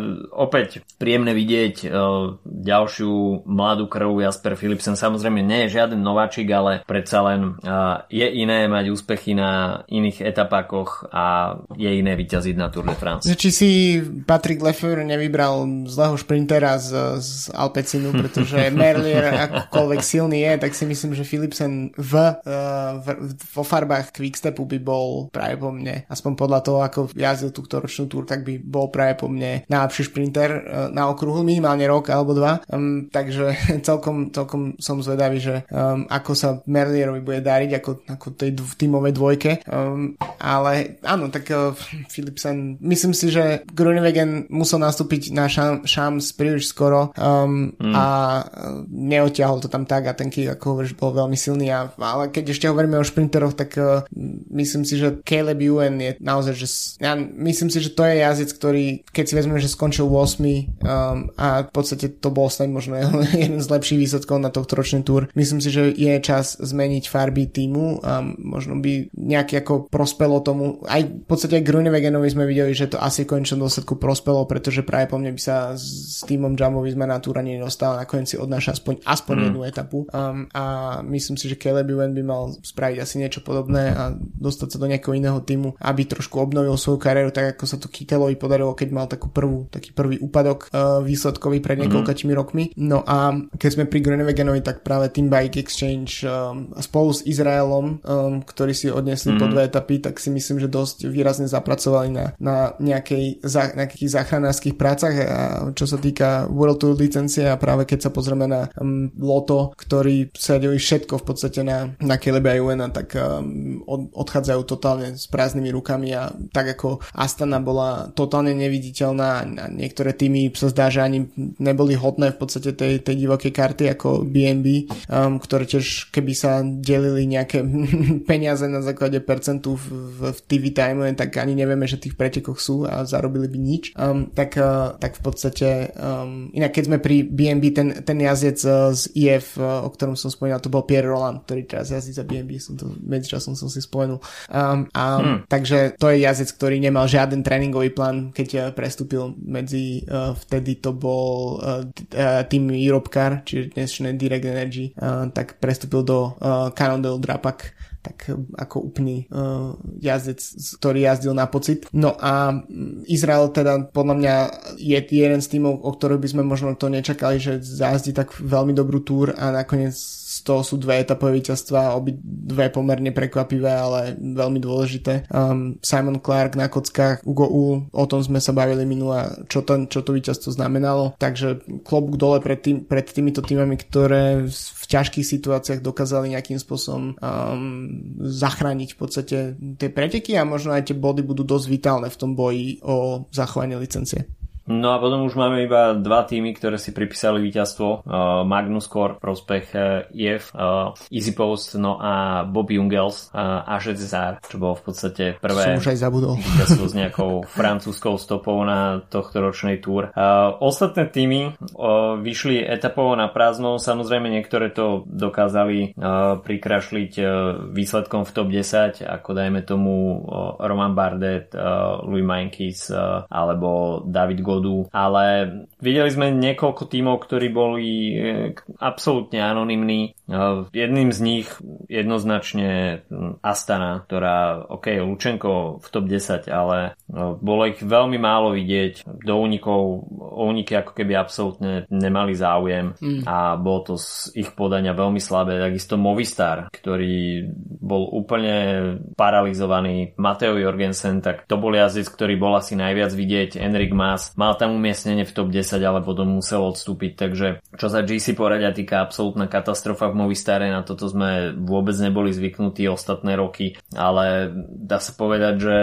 opäť príjemné vidieť uh, ďalšiu mladú krv. Jasper Philipsen samozrejme nie je žiaden nováčik, ale predsa len uh, je iné mať úspechy na iných etapákoch a je iné vyťaziť na Tour de France. Či si Patrick Lefevere nevybral zlého šprintera z, z Alpecinu, pretože Merlier akokoľvek silný je, tak si myslím, že Philipsen v, uh, v, vo farbách Quickstepu by bol práve po mne, aspoň podľa toho, ako jazdil túto ročnú túr, tak by bol práve po mne najlepší šprinter uh, na okruhu, minimálne rok alebo dva. Um, takže celkom, celkom som zvedavý, že um, ako sa Merlierovi bude dariť, ako, ako tej dv- tímovej dvojke. Um, ale áno, tak uh, Philipsen, myslím si, že Groenewegen musel nastúpiť na Champs príliš skoro um, mm. a neotiahol to tam tak a ten kick, ako hovoríš, bol veľmi silný. A, ale keď ešte hovoríme o šprinteroch, tak uh, myslím si, že Caleb Ewan je naozaj, že ja myslím si, že to je jazdec, ktorý, keď si vezmeme, že skončil ôsmy um, a v podstate to bol snad možno jeden z lepších výsledkov na tohto ročný túr. Myslím si, že je čas zmeniť farby týmu a možno by nejaký ako prospelo tomu, aj v podstate aj Groenewegenovi sme videli, že to asi v konečnom dôsledku prospelo, pretože práve po mne by sa s týmom Jumbový sme na túr ani nedostal, nakoniec si odnáša aspoň, aspoň mm. jednu etapu um, a myslím si, že Caleb Ewan by mal spraviť asi niečo podobné a dostať sa do nejakého iného týmu, aby trošku obnovil svoju kariéru, tak ako sa to Kittelovi podarilo, keď mal takú prvú, taký prvý úpadok uh, výsledkový pred niekoľkými mm. rokmi. No a keď sme pri Groenewegenovi, spomínali, tak práve Team Bike Exchange um, spolu s Izraelom, um, ktorí si odnesli mm-hmm. po dve etapy, tak si myslím, že dosť výrazne zapracovali na, na nejakej, za, nejakých záchranárskych prácach, a čo sa týka World Tour licencie, a práve keď sa pozrieme na um, Lotto, ktorí sadili všetko v podstate na, na Caleba Ewana, tak um, od, odchádzajú totálne s prázdnymi rukami, a tak ako Astana bola totálne neviditeľná a niektoré týmy sa zdá, že ani neboli hodné v podstate tej, tej divokej karty ako bé en bé, um, ktoré tiež keby sa delili nejaké peniaze na základe percentu v, v, v té vé time, tak ani nevieme, že v tých pretekoch sú a zarobili by nič. Um, tak, uh, tak v podstate um, inak keď sme pri bé en bé, ten, ten jazdec uh, z í ef, uh, o ktorom som spomínal, to bol Pierre Roland, ktorý teraz jazdí za bé en bé, som to medzičasom som si spomenul. Um, a, hmm. Takže to je jazdec, ktorý nemal žiaden tréningový plán, keď uh, prestúpil medzi, uh, vtedy to bol uh, uh, tým Europcar, čiže dnešné Direct Energy, uh, tak prestúpil do uh, Cannondale Drapac, tak ako úplný uh, jazdec, ktorý jazdil na pocit. No a Izrael teda podľa mňa je jeden z týmov, o ktorých by sme možno to nečakali, že zajazdí tak veľmi dobrú túr, a nakoniec z toho sú dve etapové víťazstvá, obi dve pomerne prekvapivé, ale veľmi dôležité. Um, Simon Clark na kockách, Ugo U, o tom sme sa bavili minule, čo to, čo to víťazstvo znamenalo. Takže klobúk dole pred, tým, pred týmito týmami, ktoré v ťažkých situáciách dokázali nejakým spôsobom um, zachrániť v podstate tie preteky, a možno aj tie body budú dosť vitálne v tom boji o zachovanie licencie. No a potom už máme iba dva týmy, ktoré si pripísali víťazstvo. Uh, Magnus Corp prospech uh, í ef, uh, Easy Post, no a Bobby Jungels uh, a César, čo bolo v podstate prvé víťazstvo s nejakou francúzskou stopou na tohto ročnej túr. Uh, ostatné týmy uh, vyšli etapovo na prázdno, samozrejme niektoré to dokázali uh, prikrašliť uh, výsledkom v top desať, ako dajme tomu uh, Romain Bardet, uh, Louis Meintjes uh, alebo David Gaudu, ale videli sme niekoľko tímov, ktorí boli absolútne anonymní. Jedným z nich jednoznačne Astana, ktorá, ok, Lučenko v top desať, ale bolo ich veľmi málo vidieť. Do únikov, o úniky ako keby absolútne nemali záujem mm. a bolo to z ich podania veľmi slabé. Takisto Movistar, ktorý bol úplne paralizovaný. Matteo Jorgensen, tak to bol jazdec, ktorý bol asi najviac vidieť. Enric Mas mal tam umiestnenie v top desať, ale potom musel odstúpiť, takže čo sa gé cé poradia týka, absolútna katastrofa v Movistare, na toto sme vôbec neboli zvyknutí ostatné roky, ale dá sa povedať, že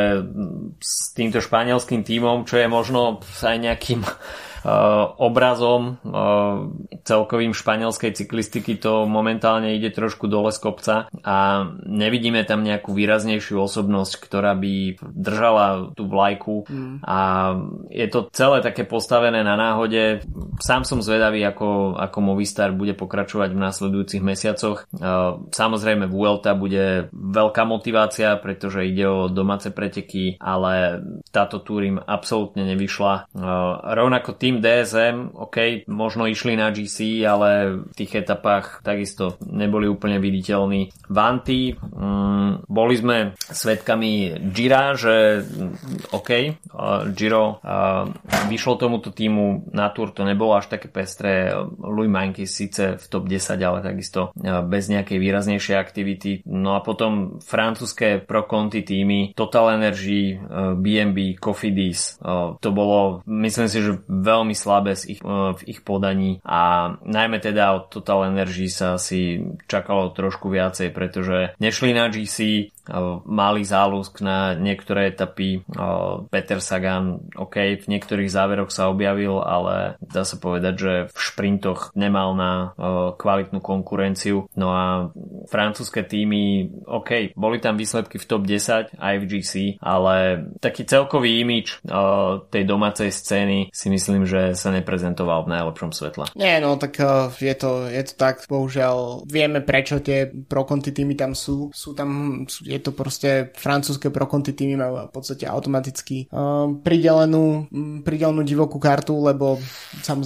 s týmto španielským tímom, čo je možno aj nejakým Uh, obrazom uh, celkovým španielskej cyklistiky, to momentálne ide trošku dole z kopca a nevidíme tam nejakú výraznejšiu osobnosť, ktorá by držala tú vlajku mm. a je to celé také postavené na náhode. Sám som zvedavý, ako, ako Movistar bude pokračovať v následujúcich mesiacoch. Uh, samozrejme Vuelta bude veľká motivácia, pretože ide o domáce preteky, ale táto túr im absolútne nevyšla. Uh, rovnako tým dé es em, ok, možno išli na gé cé, ale v tých etapách takisto neboli úplne viditeľní. Vanty, um, boli sme svedkami Gira, že ok, uh, Giro uh, vyšlo tomuto týmu na túr, to nebolo až také pestré. Louis Meintjes síce v top desať, ale takisto uh, bez nejakej výraznejšej aktivity. No a potom francúzske pro Conti týmy, Total Energy, uh, bé en bé, Cofidis, uh, to bolo, myslím si, že veľmi slabé z ich, v ich podaní a najmä teda od Total Energy sa si čakalo trošku viacej, pretože nešli na gé cé, mali záľusk na niektoré etapy. Peter Sagan, ok, v niektorých záveroch sa objavil, ale dá sa povedať, že v šprintoch nemal na kvalitnú konkurenciu. No a francúzske týmy, ok, boli tam výsledky v top desať aj v gé cé, ale taký celkový imič tej domácej scény si myslím, že sa neprezentoval v najlepšom svetle. Nie, no tak je to, je to tak, bohužiaľ vieme, prečo tie pro Conti týmy tam sú. Sú tam, je to proste francúzske pro Conti týmy majú v podstate automaticky um, pridelenú, um, pridelenú divokú kartu, lebo samozrejme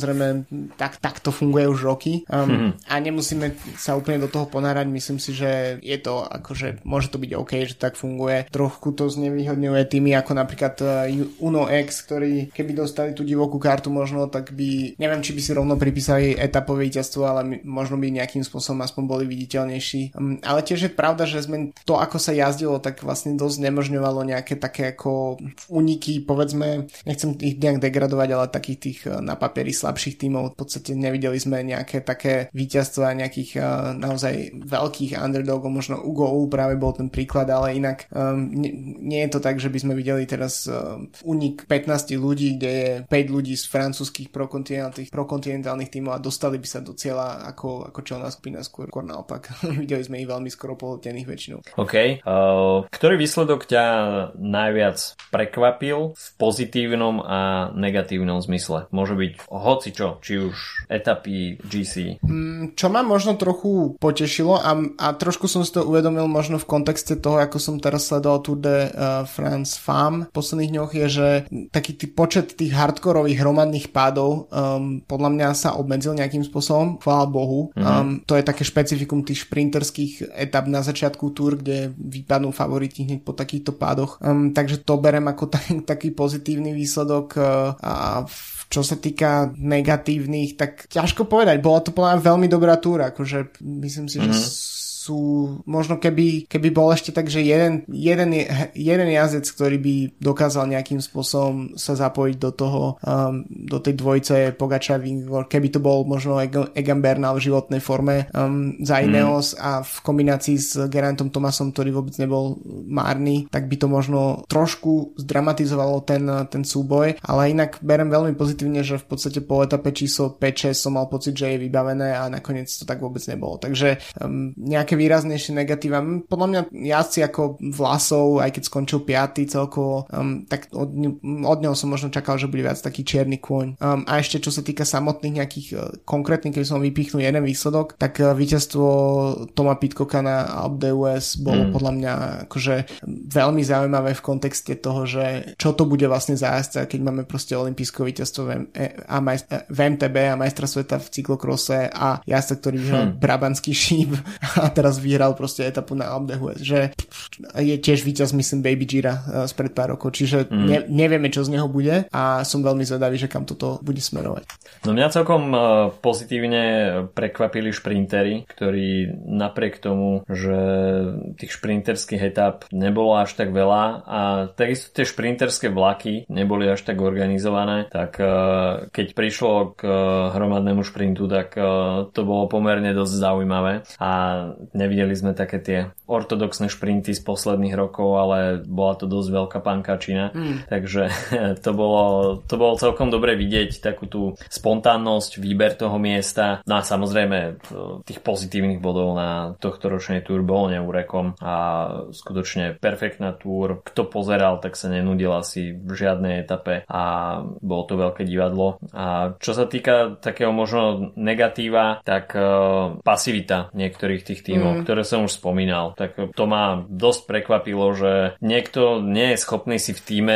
samozrejme tak, tak to funguje už roky um, mm-hmm. a nemusíme sa úplne do toho ponárať, myslím si, že je to akože, môže to byť OK, že tak funguje. Trochu to znevýhodňuje týmy ako napríklad uh, Uno X, ktorí keby dostali tú divokú kartu možno, tak by, neviem, či by si rovno pripísali etapové víťazstvo, ale my, možno by nejakým spôsobom aspoň boli viditeľnejší. Um, ale tiež je pravda, že sme to, ako sa jazdilo, tak vlastne dosť nemožňovalo nejaké také ako úniky, povedzme, nechcem ich nejak degradovať, ale takých tých na papieri slabších tímov. V podstate nevideli sme nejaké také víťazstva nejakých uh, naozaj veľkých underdogov, možno Ugo U práve bol ten príklad, ale inak um, nie, nie je to tak, že by sme videli teraz um, únik pätnásť ľudí, kde je päť ľudí z francúzskych prokontinentálnych, prokontinentálnych tímov a dostali by sa do cieľa ako, ako čelná skupina, skôr, skôr naopak. Videli sme ich veľmi skoro pohltených väčšinou. OK. Uh, ktorý výsledok ťa najviac prekvapil v pozitívnom a negatívnom zmysle? Môže byť hocičo, či už etapy gé cé. Mm, čo ma možno trochu potešilo a, a trošku som si to uvedomil možno v kontexte toho, ako som teraz sledoval Tour de uh, France Femme v posledných dňoch, je, že taký tý počet tých hardkorových hromadných pádov um, podľa mňa sa obmedzil nejakým spôsobom, chvála Bohu. Mm-hmm. Um, to je také špecifikum tých šprinterských etap na začiatku Tour, kde vypadnú favoriti hneď po takýchto pádoch. Um, takže to berem ako tak, taký pozitívny výsledok uh, a čo sa týka negatívnych, tak ťažko povedať. Bola to podľa mňa veľmi dobrá túra. Akože myslím si, mm-hmm. že sú, možno keby, keby bol ešte tak, že jeden, jeden, jeden jazdec, ktorý by dokázal nejakým spôsobom sa zapojiť do toho, um, do tej dvojice Pogačar, keby to bol možno Egan Bernal v životnej forme um, za Ineos mm. a v kombinácii s Gerantom Thomasom, ktorý vôbec nebol márny, tak by to možno trošku zdramatizovalo ten, ten súboj, ale inak berem veľmi pozitívne, že v podstate po etape číslo päť šesť som mal pocit, že je vybavené a nakoniec to tak vôbec nebolo. Takže um, nejaké výraznejšie negatíva. Podľa mňa jazdci ako Vlasov, aj keď skončil piaty celkovo, um, tak od, od neho som možno čakal, že bude viac taký čierny kôň. Um, a ešte čo sa týka samotných nejakých uh, konkrétnych, keď som vypichnul jeden výsledok, tak uh, víťazstvo Toma Pidcocka na Alpe d'Huez bolo mm. podľa mňa akože veľmi zaujímavé v kontexte toho, že čo to bude vlastne za jazdca, keď máme proste olympijské víťazstvo v, a majst- v em té bé a majstra sveta v cyklokrose a jazdca, ktorý vyhral hmm. brabantský šíp a teraz vyhral proste etapu na Alpe d'Huez, že je tiež víťaz, myslím, Baby Gira spred pár rokov, čiže mm. ne, nevieme, čo z neho bude a som veľmi zvedavý, že kam toto bude smerovať. No mňa celkom pozitívne prekvapili šprintery, ktorí napriek tomu, že tých šprinterských etap nebolo až tak veľa a takisto tie šprinterské vlaky neboli až tak organizované, tak keď prišlo k hromadnému šprintu, tak to bolo pomerne dosť zaujímavé a nevideli sme také tie ortodoxné šprinty z posledných rokov, ale bola to dosť veľká pankačina, mm. takže to bolo, to bolo celkom dobre vidieť takú tú spontánnosť, výber toho miesta. No a samozrejme tých pozitívnych bodov na tohto ročnej túr bolo neúrekom a skutočne perfektná túr. Kto pozeral, tak sa nenudil asi v žiadnej etape a bolo to veľké divadlo. A čo sa týka takého možno negatíva, tak uh, pasivita niektorých tých tímov, mm. ktoré som už spomínal. Tak to ma dosť prekvapilo, že niekto nie je schopný si v tíme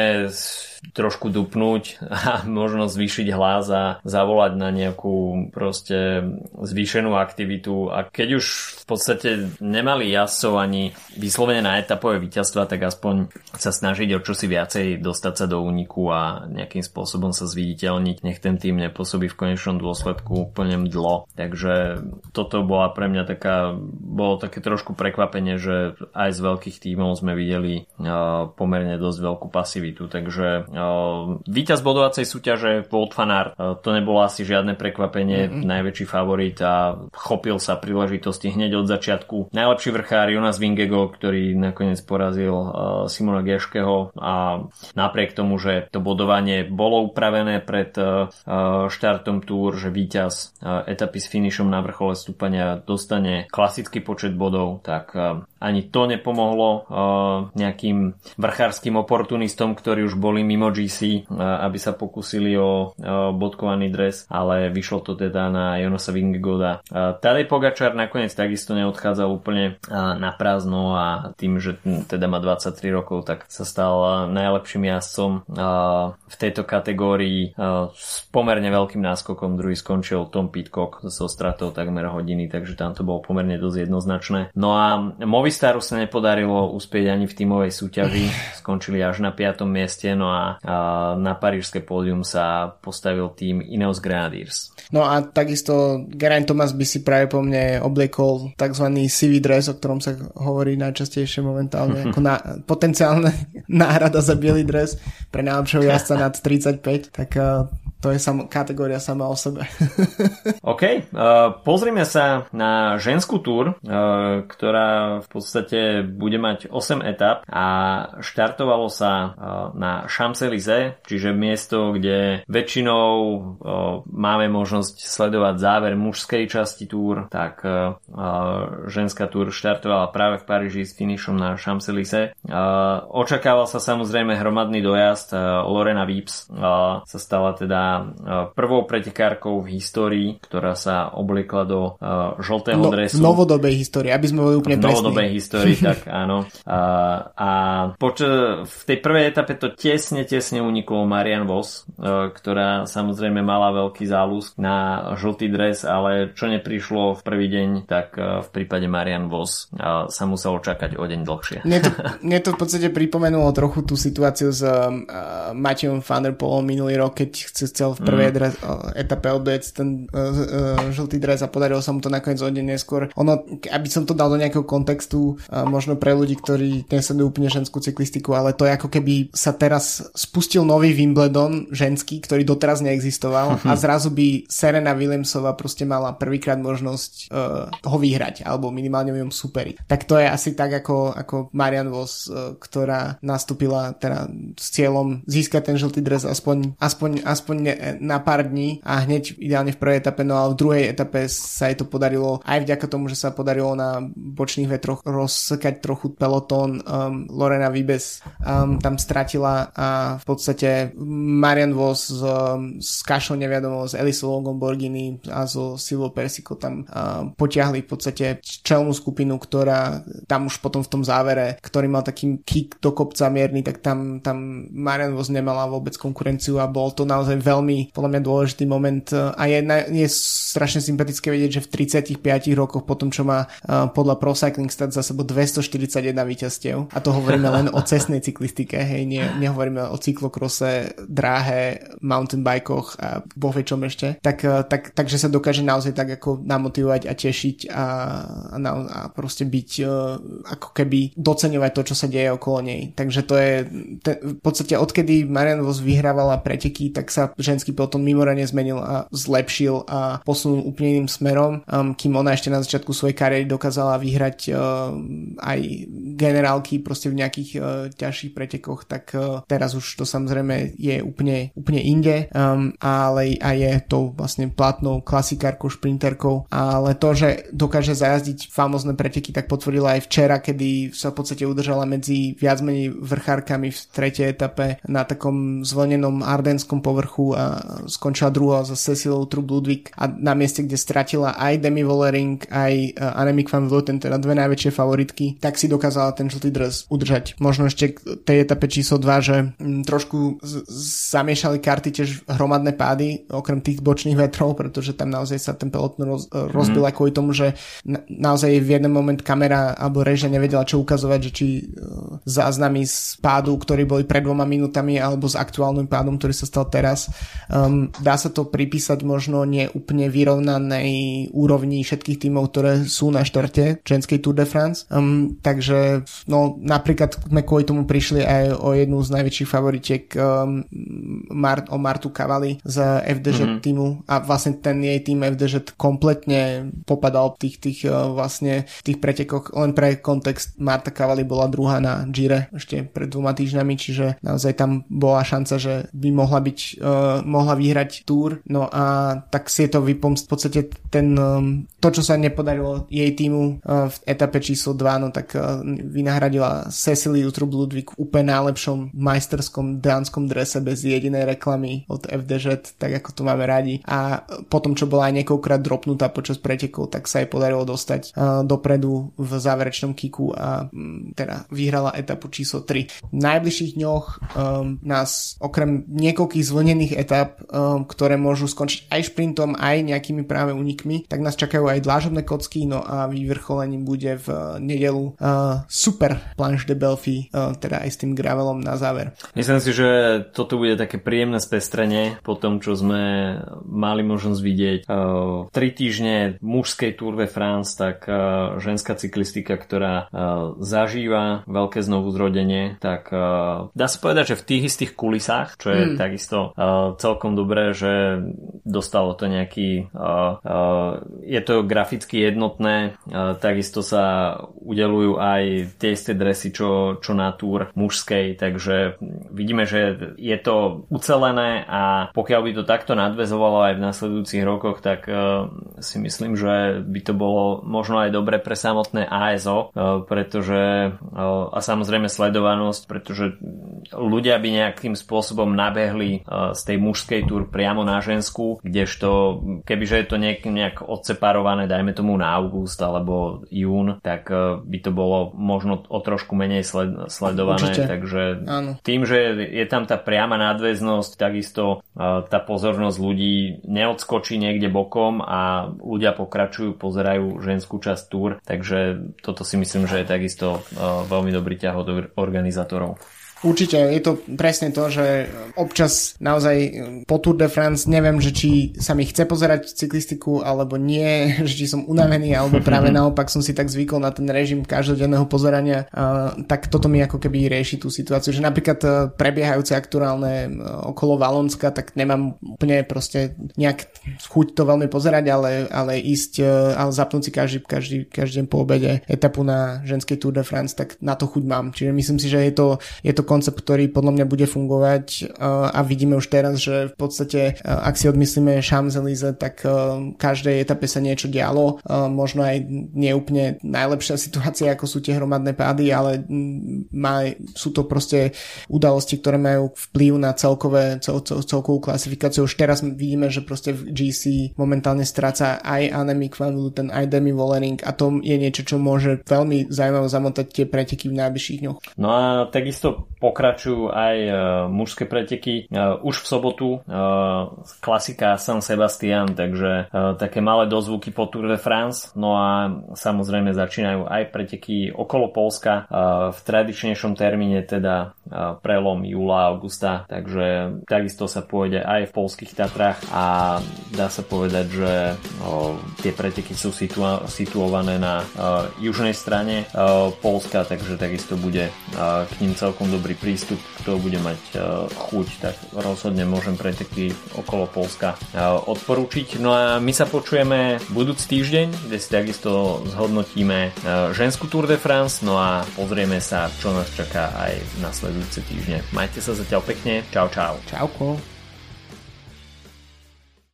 trošku dupnúť a možno zvýšiť hlas a zavolať na nejakú proste zvýšenú aktivitu a keď už v podstate nemali jazdcov ani vyslovene na etapové víťazstva, tak aspoň sa snažiť o čosi viacej dostať sa do úniku a nejakým spôsobom sa zviditeľniť, nech ten tým nepôsobí v konečnom dôsledku úplne mdlo. Takže toto bola pre mňa taká, bolo také trošku prekvapenie, že aj z veľkých tímov sme videli uh, pomerne dosť veľkú pasivitu, takže Uh, víťaz bodovacej súťaže Wout van Aert, uh, to nebolo asi žiadne prekvapenie, mm-hmm. najväčší favorit a chopil sa príležitosti hneď od začiatku. Najlepší vrchár Jonas Vingegaard, ktorý nakoniec porazil uh, Simona Geschkeho a napriek tomu, že to bodovanie bolo upravené pred uh, štartom túr, že víťaz uh, etapy s finišom na vrchole stúpania dostane klasický počet bodov, tak ani to nepomohlo nejakým vrchárskym oportunistom, ktorí už boli mimo gé cé, aby sa pokúsili o bodkovaný dres, ale vyšlo to teda na Jonasa Vingegaarda. Tadej Pogačar nakoniec takisto neodchádzal úplne na prázdno a tým, že teda má dvadsaťtri rokov, tak sa stal najlepším jazdcom v tejto kategórii s pomerne veľkým náskokom. Druhý skončil Tom Pidcock so stratou takmer hodiny, takže tam to bolo pomerne dosť jednoznačné. No a Movistaru sa nepodarilo uspieť ani v tímovej súťaži, skončili až na piatom mieste, no a, a na parížske pódium sa postavil tým Ineos Grenadiers. No a takisto Geraint Thomas by si práve po mne obliekol takzvaný sivý dres, o ktorom sa hovorí najčastejšie momentálne ako na, potenciálne náhrada za biely dres pre najlepšieho jazdca nad tridsaťpäť, tak uh, to je sam, kategória sama o sebe. OK, uh, pozrime sa na ženskú túr, uh, ktorá v podstate bude mať osem etap a štartovalo sa uh, na Champs-Élysées, čiže miesto, kde väčšinou uh, máme možnosť sledovať záver mužskej časti túr, tak uh, uh, ženská túr štartovala práve v Paríži s finišom na Champs-Élysées. Uh, očakával sa samozrejme hromadný dojazd. uh, Lorena Wiebes uh, sa stala teda prvou pretekárkou v histórii, ktorá sa obliekla do uh, žltého no, dresu. V novodobej histórii, aby sme boli úplne presní. V novodobej histórii, tak áno. A, a poč- v tej prvej etape to tesne, tesne uniklo Marianne Vos, uh, ktorá samozrejme mala veľký záľusk na žltý dres, ale čo neprišlo v prvý deň, tak uh, v prípade Marianne Vos uh, sa muselo čakať o deň dlhšie. Mne to, mne to v podstate pripomenulo trochu tú situáciu s uh, Matejom van der Poelom minulý rok, keď chcel v prvej mm. dres, etape odbiec ten uh, uh, žltý dres a podarilo sa mu to nakoniec o deň neskôr. Ono, aby som to dal do nejakého kontextu, uh, možno pre ľudí, ktorí nesledujú úplne ženskú cyklistiku, ale to je ako keby sa teraz spustil nový Wimbledon ženský, ktorý doteraz neexistoval a zrazu by Serena Williamsová proste mala prvýkrát možnosť uh, ho vyhrať, alebo minimálne v ňom superiť. Tak to je asi tak ako, ako Marianne Vos, uh, ktorá nastúpila teda s cieľom získať ten žltý dres aspoň, aspoň, aspoň na pár dní a hneď ideálne v prvej etape, no ale v druhej etape sa jej to podarilo aj vďaka tomu, že sa podarilo na bočných vetroch rozsekať trochu pelotón. um, Lorena Wiebes um, tam stratila a v podstate Marianne Vos s, um, s Kašou neviadomou, s Elisou Longoborghini a so Silvou Persico tam um, potiahli v podstate čelnú skupinu, ktorá tam už potom v tom závere, ktorý mal taký kick do kopca mierny, tak tam, tam Marianne Vos nemala vôbec konkurenciu a bol to naozaj veľmi, podľa mňa, dôležitý moment a je, je strašne sympatické vedieť, že v tridsiatich piatich rokoch potom, čo má uh, podľa Pro Cycling Stats za sebou dvestoštyridsaťjeden víťazstiev, a to hovoríme len o cestnej cyklistike, hej, nie, nehovoríme o cyklokrose, dráhe, mountainbikoch a boh vie čom ešte, tak, uh, tak, takže sa dokáže naozaj tak ako namotivovať a tešiť a, a, na, a proste byť uh, ako keby doceňovať to, čo sa deje okolo nej. Takže to je te, v podstate odkedy Marianne Vos vyhrávala preteky, tak sa ženský peloton mimoriadne zmenil a zlepšil a posunul úplne iným smerom, um, kým ona ešte na začiatku svojej kariéry dokázala vyhrať uh, aj generálky proste v nejakých uh, ťažších pretekoch, tak uh, teraz už to samozrejme je úplne, úplne inde, um, ale aj je to vlastne platnou klasikárkou, šprinterkou, ale to, že dokáže zajazdiť famózne preteky, tak potvrdila aj včera, kedy sa v podstate udržala medzi viac menej vrchárkami v tretej etape na takom zvlnenom ardenskom povrchu a skončila druhá za Cecilou Trub-Ludwig a na mieste, kde stratila aj Demi Vollering, aj Annemiek van Vleuten, teda dve najväčšie favoritky, tak si dokázala ten žltý dres udržať. Možno ešte k tej etape číslo dva, že m, trošku z- zamiešali karty tiež hromadné pády, okrem tých bočných vetrov, pretože tam naozaj sa ten pelotón roz- mm. rozbil aj kvôli tomu, že na- naozaj v jeden moment kamera alebo režia nevedela, čo ukazovať, že či uh, záznamy z pádu, ktorí boli pred dvoma minútami, alebo s aktuálnym pádom, ktorý sa stal teraz. Um, dá sa to pripísať možno nie úplne vyrovnanej úrovni všetkých tímov, ktoré sú na štarte ženskej Tour de France. Um, takže no napríklad sme kvôli tomu prišli aj o jednu z najväčších favoritiek um, Mart, o Martu Cavalli z ef dé žet mm-hmm. týmu a vlastne ten jej tým ef dé žet kompletne popadal v tých, tých uh, vlastne v tých pretekoch. Len pre kontext, Marta Cavalli bola druhá na Gire ešte pred dvoma týždňami, čiže naozaj tam bola šanca, že by mohla byť uh, mohla vyhrať Tour, no a tak si je to vypomst v podstate ten um, to, čo sa nepodarilo jej týmu uh, v etape číslo dva, no tak uh, vynahradila Cecilie Uttrup Ludwig v úplne najlepšom majsterskom dánskom drese bez jedinej reklamy od ef dé žet, tak ako to máme radi. A potom, čo bola aj niekoľkokrát dropnutá počas pretekov, tak sa jej podarilo dostať uh, dopredu v záverečnom kiku a um, teda vyhrala etapu číslo tri. V najbližších dňoch um, nás okrem niekoľkých zvlnených etap, um, ktoré môžu skončiť aj šprintom, aj nejakými práve únikmi, tak nás čakajú aj dlážobné kocky, no a vyvrcholením bude v uh, nedelu uh, super planche de Belfi, uh, teda aj s tým gravelom na záver. Myslím si, že toto bude také príjemné spestrenie po tom, čo sme mali možnosť vidieť uh, tri týždne mužskej Tour de France, tak uh, ženská cyklistika, ktorá uh, zažíva veľké znovuzrodenie, tak uh, dá sa povedať, že v tých istých kulisách, čo je mm. takisto uh, celkom dobré, že dostalo to nejaký uh, uh, je to graficky jednotné, uh, takisto sa udelujú aj tie isté dresy, čo, čo na Tour mužskej, takže vidíme, že je to ucelené a pokiaľ by to takto nadväzovalo aj v nasledujúcich rokoch, tak uh, si myslím, že by to bolo možno aj dobre pre samotné á es o, uh, pretože uh, a samozrejme sledovanosť, pretože ľudia by nejakým spôsobom nabehli uh, z tej mužskej Tour priamo na ženskú, kdežto kebyže je to nejak, nejak odseparované, dajme tomu na august alebo jún, tak uh, by to bolo možno o trošku menej sled, sledované. Určite. Takže áno. Tým, že je tam tá priama nadväznosť, takisto uh, tá pozornosť ľudí neodskočí niekde bokom a ľudia pokračujú, pozerajú ženskú časť Tour, takže toto si myslím, že je takisto uh, veľmi dobrý ťah od organizátorov. Určite, je to presne to, že občas naozaj po Tour de France neviem, že či sa mi chce pozerať cyklistiku alebo nie, že či som unavený alebo práve naopak som si tak zvykol na ten režim každodenného pozerania, uh, tak toto mi ako keby rieši tú situáciu, že napríklad uh, prebiehajúce aktuálne uh, okolo Valonska, tak nemám úplne proste nejak chuť to veľmi pozerať, ale, ale ísť uh, ale zapnúť si každý, každý, každý deň po obede etapu na ženskej Tour de France, tak na to chuť mám. Čiže myslím si, že je to, je to koncept, ktorý podľa mňa bude fungovať uh, a vidíme už teraz, že v podstate uh, ak si odmyslíme Champs-Élysées, tak uh, každej etape sa niečo dialo, uh, možno aj neúplne najlepšia situácia, ako sú tie hromadné pády, ale m, má, sú to proste udalosti, ktoré majú vplyv na celkové, cel, cel, celkovú klasifikáciu. Už teraz vidíme, že proste v gé cé momentálne stráca aj Annemiek van Vleuten, aj Demi Vollering a to je niečo, čo môže veľmi zaujímavé zamotať tie preteky v najbližších dňoch. No a takisto pokračujú aj uh, mužské preteky. Uh, už v sobotu uh, klasika San Sebastian, takže uh, také malé dozvuky po Tour de France. No a samozrejme začínajú aj preteky okolo Poľska uh, v tradičnejšom termíne, teda uh, prelom júla, augusta. Takže takisto sa pôjde aj v poľských Tatrách a dá sa povedať, že uh, tie preteky sú situa- situované na uh, južnej strane uh, Poľska, takže takisto bude uh, k ním celkom dobrý prístup, kto bude mať uh, chuť, tak rozhodne môžem preteky okolo Poľska uh, odporúčiť. No a my sa počujeme budúci týždeň, kde si takisto zhodnotíme uh, ženskú Tour de France, no a pozrieme sa, čo nás čaká aj v nasledujúce týždne. Majte sa zatiaľ pekne, čau čau. Čauko.